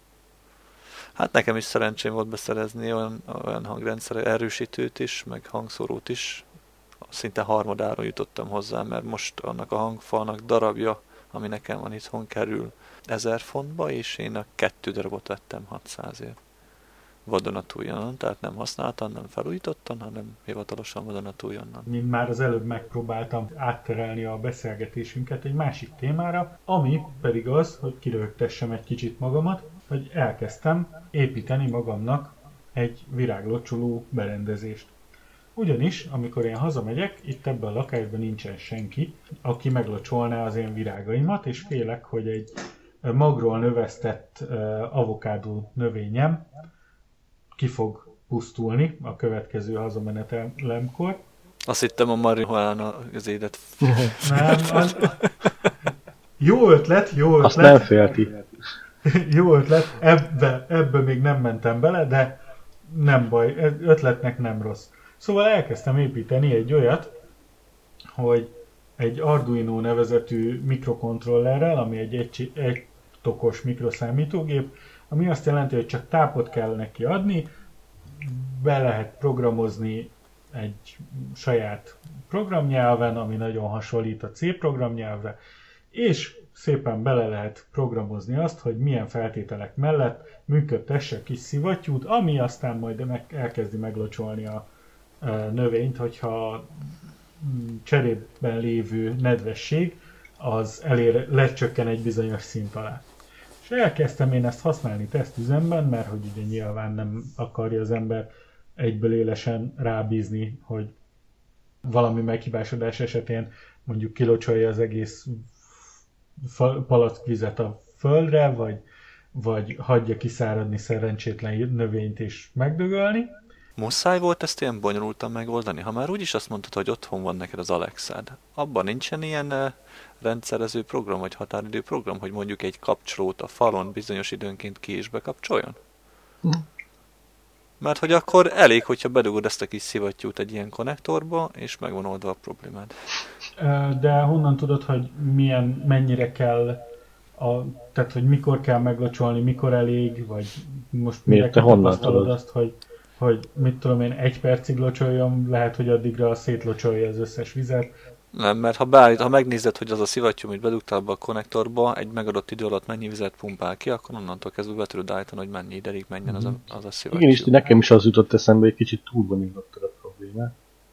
Hát nekem is szerencsém volt beszerezni olyan hangrendszer erősítőt is, meg hangszórót is. Szinte harmadáron jutottam hozzá, mert most annak a hangfalnak darabja, ami nekem van itthon, kerül 1000 fontba, és én a 2 darabot vettem 600-ért. Vadonatújonnan, tehát nem használtam, nem felújítottam, hanem hivatalosan vadonatújonnan. Mint már az előbb megpróbáltam átterelni a beszélgetésünket egy másik témára, ami pedig az, hogy kirögtessem egy kicsit magamat, hogy elkezdtem építeni magamnak egy viráglocsoló berendezést. Ugyanis, amikor én hazamegyek, itt ebben a lakásban nincsen senki, aki meglocsolná az én virágaimat, és félek, hogy egy magról növesztett avokádó növényem ki fog pusztulni a következő hazamenetelemkor. Azt hittem a marihuána az édet. Nem, jó ötlet. Azt nem félti. Jó ötlet, ebbe még nem mentem bele, de nem baj, ötletnek nem rossz. Szóval elkezdtem építeni egy olyat, hogy egy Arduino nevezetű mikrokontrollerrel, ami egy tokos mikroszámítógép, ami azt jelenti, hogy csak tápot kell neki adni, be lehet programozni egy saját programnyelven, ami nagyon hasonlít a C programnyelvre, és szépen bele lehet programozni azt, hogy milyen feltételek mellett működtesse a kis szivattyút, ami aztán majd elkezdi meglocsolni a növényt, hogyha cserében lévő nedvesség az lecsökken egy bizonyos szint alá. És elkezdtem én ezt használni tesztüzemben, mert hogy ugye nyilván nem akarja az ember egyből élesen rábízni, hogy valami meghibásodás esetén mondjuk kilocsolja az egész palackvizet a földre, vagy hagyja kiszáradni szerencsétlen növényt és megdögölni. Muszáj volt ezt ilyen bonyolultan megoldani? Ha már úgyis azt mondtad, hogy otthon van neked az Alexád, abban nincsen ilyen rendszerező program, vagy határidő program, hogy mondjuk egy kapcsolót a falon bizonyos időnként ki is bekapcsoljon? Mert hogy akkor elég, hogyha bedugod ezt a kis szivattyút egy ilyen konnektorba, és megvan oldva a problémád. De honnan tudod, hogy mennyire kell tehát, hogy mikor kell meglocsolni, mikor elég, vagy most miért te honnan tudod azt, hogy mit tudom én, 1 percig locsoljon, lehet, hogy addigra szétlocsolja az összes vizet. Nem, mert ha megnézed, hogy az a szivattyú, amit bedugtál be a konnektorba, egy megadott idő alatt mennyi vizet pumpál ki, akkor onnantól kezdve be tudod állítani, hogy mennyi ideig menjen az a szivattyú. Igen, és nekem is az jutott eszembe, hogy kicsit túlbonyolítottad a problémát.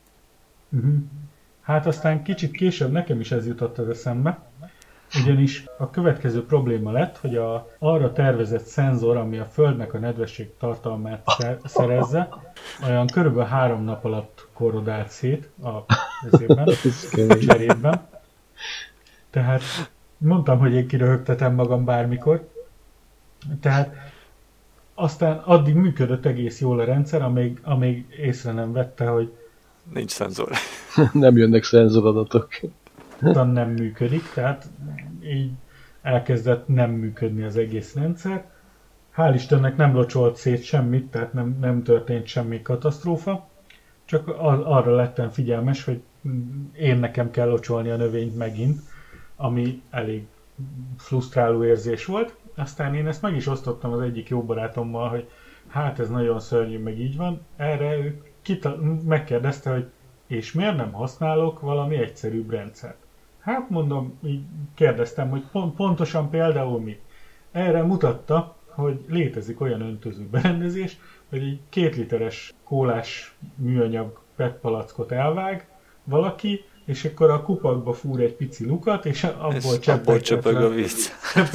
Hát aztán kicsit később nekem is ez jutott az eszembe, ugyanis a következő probléma lett, hogy arra tervezett szenzor, ami a Földnek a nedvesség tartalmát szerezze, olyan körülbelül 3 nap alatt korrodált szét a cserében. Tehát mondtam, hogy én kiröhögtetem magam bármikor. Tehát aztán addig működött egész jól a rendszer, amíg észre nem vette, hogy nincs szenzor. Nem jönnek szenzoradatok. Nem működik, tehát így elkezdett nem működni az egész rendszer. Hál' Istennek nem locsolt szét semmit, tehát nem történt semmi katasztrófa. Csak arra lettem figyelmes, hogy én nekem kell locsolni a növényt megint, ami elég frusztráló érzés volt. Aztán én ezt meg is osztottam az egyik jó barátommal, hogy hát ez nagyon szörnyű, meg így van. Erre ő megkérdezte, hogy és miért nem használok valami egyszerűbb rendszert? Hát mondom, így kérdeztem, hogy pontosan például mi. Erre mutatta, hogy létezik olyan öntöző berendezés, hogy egy 2 literes kólás műanyag PET palackot elvág valaki, és akkor a kupakba fúr egy pici lukat, és abból csöpög a víz.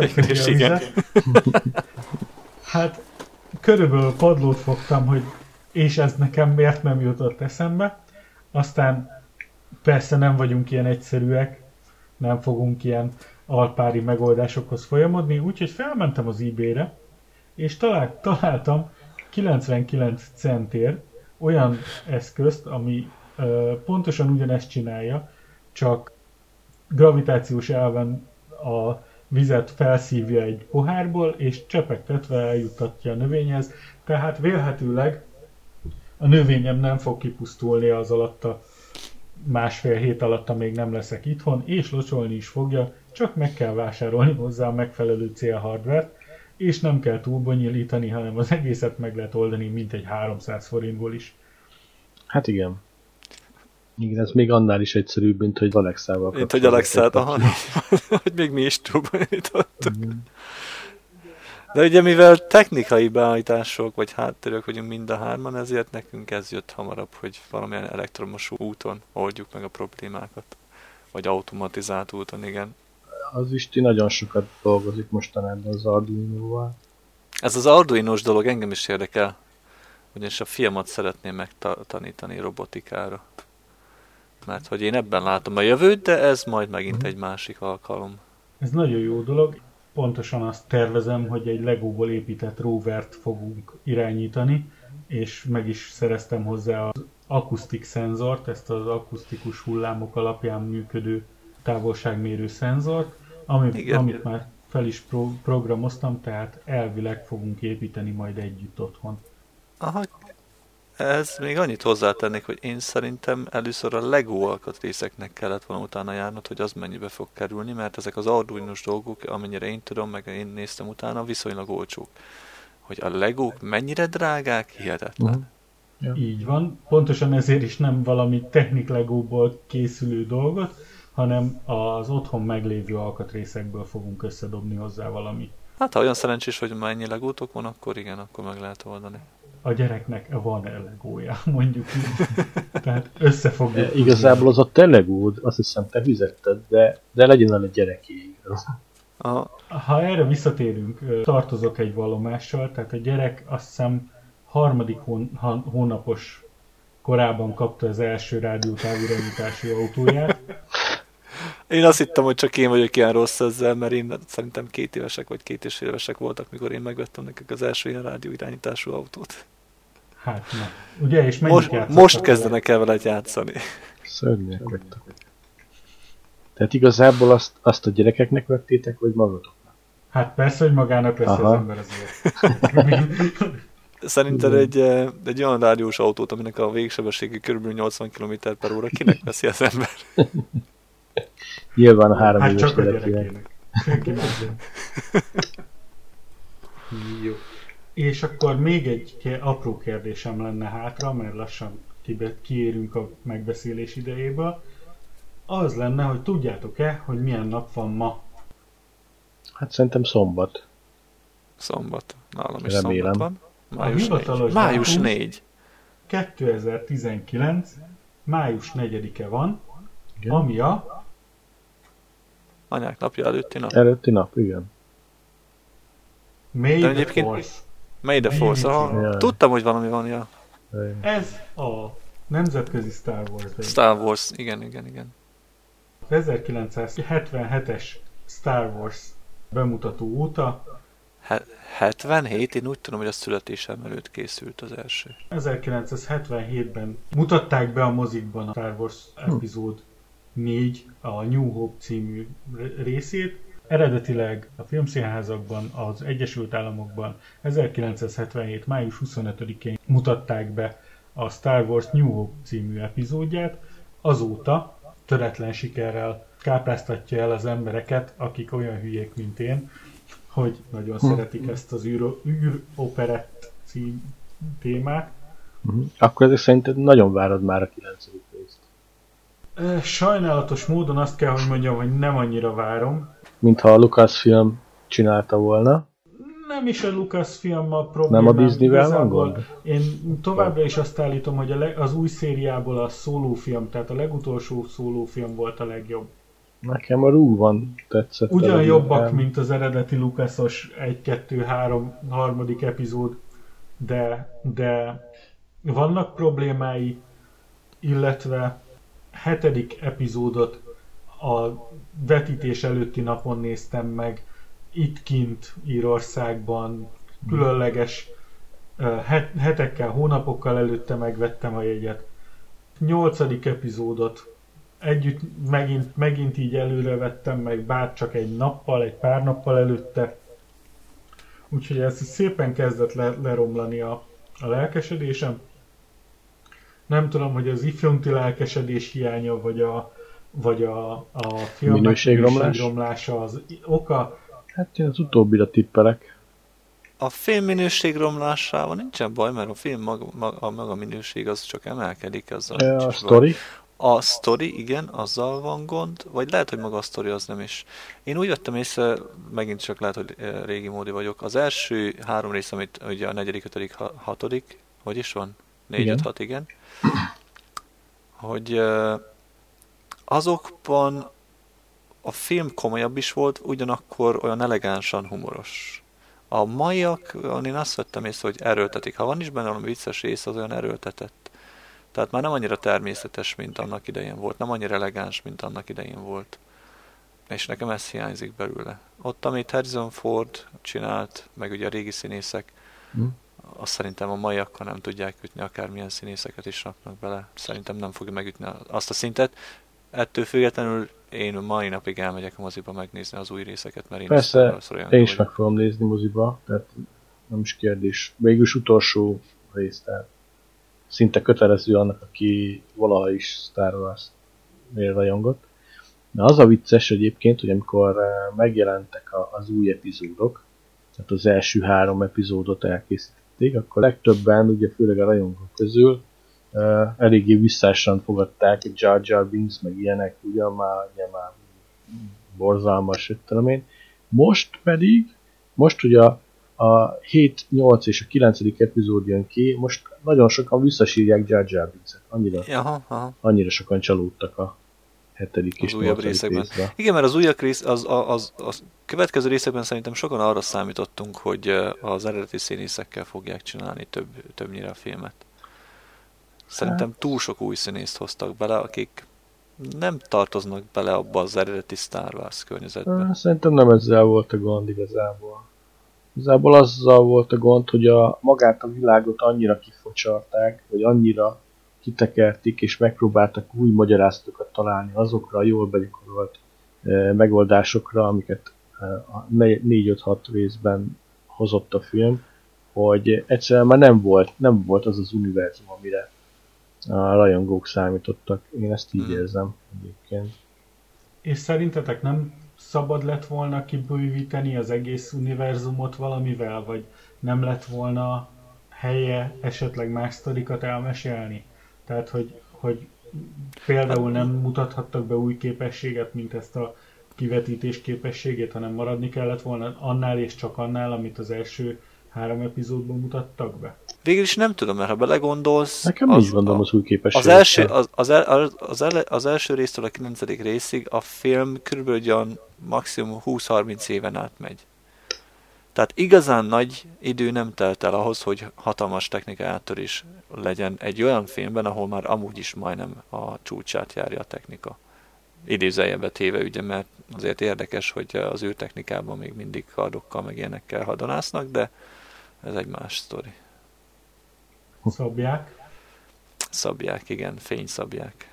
Hát körülbelül padlót fogtam, hogy és ez nekem miért nem jutott eszembe. Aztán persze nem vagyunk ilyen egyszerűek, nem fogunk ilyen alpári megoldásokhoz folyamodni, úgyhogy felmentem az eBay-re, és találtam 99 centért olyan eszközt, ami pontosan ugyanezt csinálja, csak gravitációs elven a vizet felszívja egy pohárból, és csepegtetve eljuttatja a növényhez, tehát vélhetőleg a növényem nem fog kipusztulni az alatt a 1,5 hét alatt, amíg nem leszek itthon, és locsolni is fogja, csak meg kell vásárolni hozzá a megfelelő célhardvert, és nem kell túl bonyolítani, hanem az egészet meg lehet oldani mintegy 300 forintból is. Hát igen. Igen, ez még annál is egyszerűbb, mint hogy Alexával. Mint hogy Alexát, hogy még mi is túl bonyolítottuk. De ugye mivel technikai beállítások vagy háttérök vagyunk mind a hárman, ezért nekünk ez jött hamarabb, hogy valamilyen elektromos úton oldjuk meg a problémákat. Vagy automatizált úton, igen. Az Isti nagyon sokat dolgozik mostanában az Arduino-val. Ez az Arduino-s dolog engem is érdekel. Ugyanis a fiamat szeretném megtanítani robotikára. Mert hogy én ebben látom a jövőt, de ez majd megint egy másik alkalom. Ez nagyon jó dolog. Pontosan azt tervezem, hogy egy Legóból épített rovert fogunk irányítani, és meg is szereztem hozzá az akusztik szenzort, ezt az akusztikus hullámok alapján működő távolságmérő szenzort, amit már fel is programoztam, tehát elvileg fogunk építeni majd együtt otthon. Aha, ez még annyit hozzátennék, hogy én szerintem először a Lego alkatrészeknek kellett volna utána járnod, hogy az mennyibe fog kerülni, mert ezek az Arduino-s dolgok, amennyire én tudom, meg én néztem utána, viszonylag olcsók. Hogy a Legók mennyire drágák, hihetetlen. Ja. Így van, pontosan ezért is nem valami technik Legóból készülő dolgot, hanem az otthon meglévő alkatrészekből fogunk összedobni hozzá valami. Hát ha olyan szerencsés, hogy mennyi Legótok van, akkor igen, akkor meg lehet oldani. A gyereknek van Legója, mondjuk így. Tehát összefogjuk. Igazából az a te Legód, azt hiszem te fizetted, de legyen el a gyereké. Ha erre visszatérünk, tartozok egy vallomással, tehát a gyerek azt hiszem 3. hónapos korában kapta az első rádiótávirányítású autóját. Én azt hittem, hogy csak én vagyok ilyen rossz ezzel, mert én szerintem 2 évesek vagy 2,5 évesek voltak, mikor én megvettem nekik az első ilyen rádióirányítású autót. Hát na. Ugye, és most kezdenek el vele játszani. Szörnyek vagytok. Tehát igazából azt a gyerekeknek vettétek, vagy magatoknak? Hát persze, hogy magának lesz az ember azért. Szerinted egy olyan rádiós autót, aminek a végsebessége kb. 80 km/h, kinek veszi az ember? Nyilván a 3 éves gyerekének. Jó. És akkor még egy apró kérdésem lenne hátra, mert lassan kiérünk a megbeszélés idejéből. Az lenne, hogy tudjátok-e, hogy milyen nap van ma? Hát szerintem szombat. Szombat. Nálam is Remélem. szombat van. Hivatalos Május dátum 4. 2019. május 4-e van, Igen. ami a Anyák napja előtti nap. Előtti nap, igen. May De the egyébként- Force. May the Force. Aha, Jaj. tudtam, hogy valami van, ja. Ez a nemzetközi Star Wars Day. Star Wars. Igen. 1977-es Star Wars bemutató óta 77? Én úgy tudom, hogy a születésem előtt készült az első. 1977-ben mutatták be a mozikban a Star Wars epizód 4, a New Hope című részét. Eredetileg a filmszínházakban, az Egyesült Államokban 1977. május 25-én mutatták be a Star Wars New Hope című epizódját. Azóta töretlen sikerrel kápráztatja el az embereket, akik olyan hülyék, mint én, hogy nagyon szeretik ezt az űroperett cím témát. Akkor ezek szerinted nagyon várod már a 9. részt. Sajnálatos módon azt kell, hogy mondjam, hogy nem annyira várom. Mintha a Lucasfilm csinálta volna. Nem is a Lucasfilm-mal problémám. Nem a Disneyvel van Igazából gond? Én továbbra is azt állítom, hogy az új szériából a szólófilm, tehát a legutolsó szólófilm volt a legjobb. Nekem a Rogue tetszett. Ugyan a jobbak, leginkább. mint az eredeti Lucasos 1, 2, 3, harmadik epizód, de vannak problémái, illetve 7. epizódot a vetítés előtti napon néztem meg, itt kint Írországban, különleges hetekkel, hónapokkal előtte megvettem a jegyet. 8. epizódot együtt megint így előre vettem meg, bár csak egy pár nappal előtte. Úgyhogy ez szépen kezdett leromlani a lelkesedésem. Nem tudom, hogy az ifjonti lelkesedés hiánya, vagy a film minőségromlása az oka. Hát én az utóbbira tippelek. A film minőség romlásával nincsen baj, mert a film maga minőség az csak emelkedik. A sztori? A sztori, igen, azzal van gond, vagy lehet, hogy maga a sztori az nem is. Én úgy vettem észre, megint csak lehet, hogy régi módi vagyok, az első 3 rész, amit ugye a 4., 5., 6., hogy is van? 4, 5, 6, igen. Hogy azokban a film komolyabb is volt, ugyanakkor olyan elegánsan humoros. A maiak, én azt vettem észre, hogy erőltetik. Ha van is benne valami vicces rész, az olyan erőltetett. Tehát már nem annyira természetes, mint annak idején volt. Nem annyira elegáns, mint annak idején volt. És nekem ez hiányzik belőle. Ott, amit Harrison Ford csinált, meg ugye a régi színészek, azt szerintem a maiakkal nem tudják ütni, akármilyen színészeket is raknak bele. Szerintem nem fogja megütni azt a szintet. Ettől függetlenül én mai napig elmegyek a moziba megnézni az új részeket, mert én persze, én is meg fogom nézni moziba, tehát nem is kérdés. Végülis utolsó rész, tehát szinte kötelező annak, aki valaha is Star Wars-nél rajongott. De az a vicces egyébként, hogy amikor megjelentek az új epizódok, tehát az első 3 epizódot elkészítették, akkor legtöbben, ugye főleg a rajongók közül eléggé visszásan fogadták, egy Jar Jar Binks, meg ilyenek, ugye már borzalmas, tudom én. Most, hogy a 7, 8 és a 9. epizód jön ki, most nagyon sokan visszasírják Jar Jar Binks-et. Annyira sokan csalódtak a 7. és 8. részben. Igen, mert az újabb rész, az következő részekben szerintem sokan arra számítottunk, hogy az eredeti színészekkel fogják csinálni többnyire a filmet. Szerintem túl sok új színészt hoztak bele, akik nem tartoznak bele abba az eredeti Star Wars környezetbe. Szerintem nem ezzel volt a gond igazából. Igazából azzal volt a gond, hogy magát a világot annyira kifocsarták, vagy annyira kitekertik, és megpróbáltak új magyarázatokat találni azokra a jól begyakorolt megoldásokra, amiket a 4-5-6 részben hozott a film, hogy egyszerűen már nem volt az az univerzum, amire a rajongók számítottak. Én ezt így érzem egyébként. És szerintetek nem szabad lett volna kibővíteni az egész univerzumot valamivel, vagy nem lett volna helye esetleg más sztorikat elmesélni? Tehát, hogy például nem mutathattak be új képességet, mint ezt a kivetítés képességét, hanem maradni kellett volna annál és csak annál, amit az első 3 epizódban mutattak be? Végül is nem tudom, mert ha belegondolsz... Nekem így gondolom az új képességet. Az első résztől a 9. részig a film kb. Maximum 20-30 éven átmegy. Tehát igazán nagy idő nem telt el ahhoz, hogy hatalmas technikai áttörés legyen egy olyan filmben, ahol már amúgy is majdnem a csúcsát járja a technika. Idézőjelbe téve, ugye, mert azért érdekes, hogy az űrtechnikában még mindig kardokkal meg ilyenekkel hadonásznak, de ez egy más sztori. Szabják, igen, fényszabják.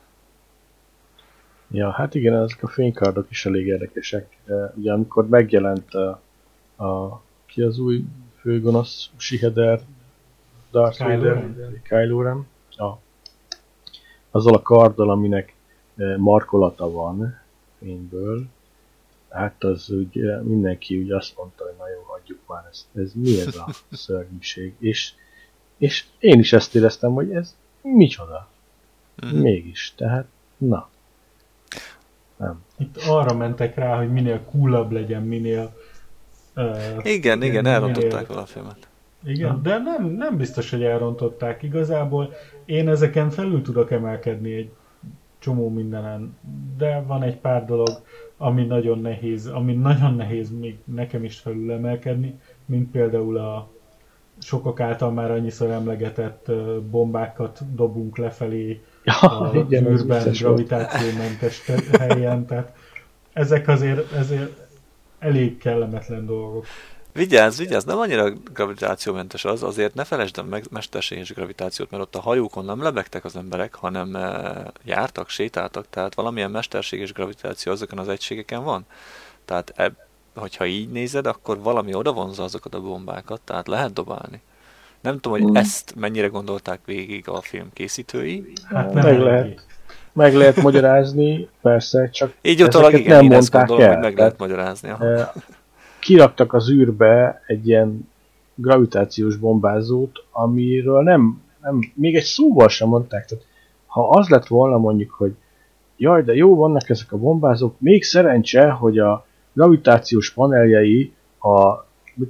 Ja, hát igen, ezek a fénykardok is elég érdekesek. Ugye amikor megjelent ki az új főgonosz, Shiheder, Darth Vader, Kylo Ren, azzal a karddal, aminek markolata van fényből, hát az úgy mindenki úgy azt mondta, hogy na jó, hagyjuk már ezt. Ez mi ez a szörnyűség? És én is ezt éreztem, hogy ez micsoda. Mégis, tehát na. Nem. Itt arra mentek rá, hogy minél coolabb legyen, minél... Igen, elrontották vele a filmet. Igen, de nem biztos, hogy elrontották igazából. Én ezeken felül tudok emelkedni egy csomó mindenen, de van egy pár dolog, ami nagyon nehéz még nekem is felül emelkedni, mint például a sokak által már annyiszor emlegetett bombákat dobunk lefelé a űrben, gravitációmentes helyen, tehát ezek azért elég kellemetlen dolgok. Vigyázz, nem annyira gravitációmentes az, azért ne felejtsd meg mesterséges gravitációt, mert ott a hajókon nem lebegtek az emberek, hanem jártak, sétáltak, tehát valamilyen mesterséges gravitáció azokon az egységeken van. Tehát hogyha így nézed, akkor valami oda vonzza azokat a bombákat, tehát lehet dobálni. Nem tudom, hogy ezt mennyire gondolták végig a film készítői. Hát meg lehet magyarázni, persze, csak így utólag igen, nem én ezt mondták gondolom, el. hogy meg lehet magyarázni. Kiraktak az űrbe egy ilyen gravitációs bombázót, amiről nem még egy szóval sem mondták. Tehát, ha az lett volna mondjuk, hogy jaj, de jó, vannak ezek a bombázók, még szerencse, hogy a gravitációs paneljei a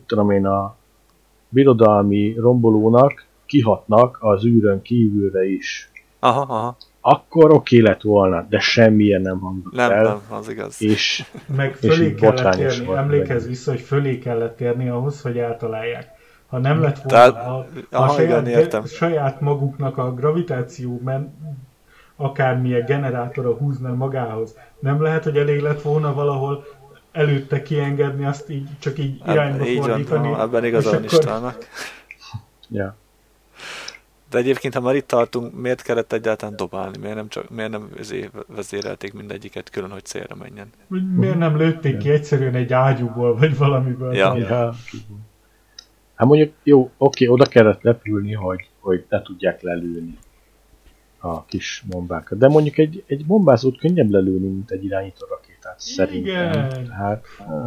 birodalmi rombolónak kihatnak az űrön kívülre is. Aha. Akkor oké lett volna, de semmilyen nem hangzott el. Nem, az igaz. És meg fölé kellett térni, emlékezz vissza, hogy fölé kellett térni ahhoz, hogy eltalálják. Ha nem lett volna, saját maguknak a gravitáció akármilyen generátora húzna magához, nem lehet, hogy elég lett volna valahol előtte kiengedni, azt így csak így irányba fordítani. Van, ebben igazán Istvánnak. Ja. De egyébként, ha már itt tartunk, miért kellett egyáltalán dobálni? Miért nem vezérelték mindegyiket külön, hogy célra menjen? Miért nem lőtték ki egyszerűen egy ágyúból, vagy valamiből? Ja. Hát mondjuk, jó, oké, oda kellett repülni, hogy ne tudják lelőni a kis bombákat. De mondjuk egy bombázót könnyebb lelőni, mint egy irányító rakétát, szerintem. Hát,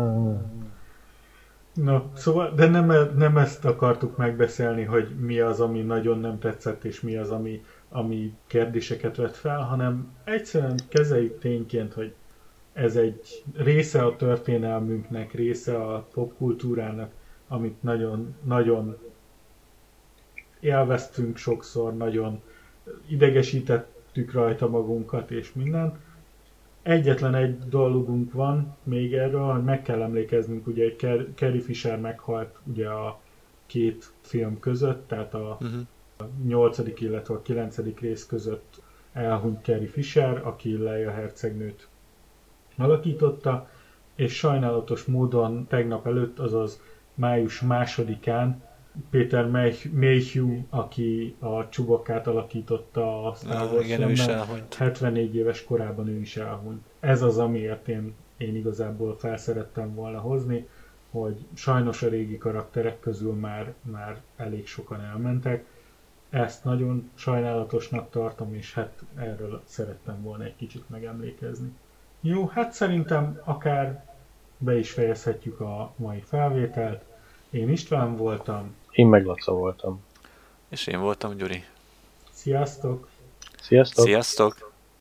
no, szóval, de nem ezt akartuk megbeszélni, hogy mi az, ami nagyon nem tetszett, és mi az, ami kérdéseket vet fel, hanem egyszerűen kezeljük tényként, hogy ez egy része a történelmünknek, része a popkultúrának, amit nagyon, nagyon élveztünk sokszor, nagyon idegesítettük rajta magunkat és minden. Egyetlen egy dolgunk van még erről, hogy meg kell emlékeznünk, ugye, hogy Carrie Fisher meghalt ugye a 2 film között, tehát a 8. illetve a 9. rész között elhunyt Carrie Fisher, aki Leia hercegnőt alakította, és sajnálatos módon tegnap előtt, azaz május 2-án Peter Mayhew, aki a Chewbaccát alakította a Star Wars filmben, 74 éves korában ő is elhunyt. Ez az, amiért én igazából felszerettem volna hozni, hogy sajnos a régi karakterek közül már elég sokan elmentek. Ezt nagyon sajnálatosnak tartom, és hát erről szerettem volna egy kicsit megemlékezni. Jó, hát szerintem akár be is fejezhetjük a mai felvételt. Én István voltam. Én meg Laca voltam. És én voltam Gyuri. Sziasztok! Sziasztok! Sziasztok!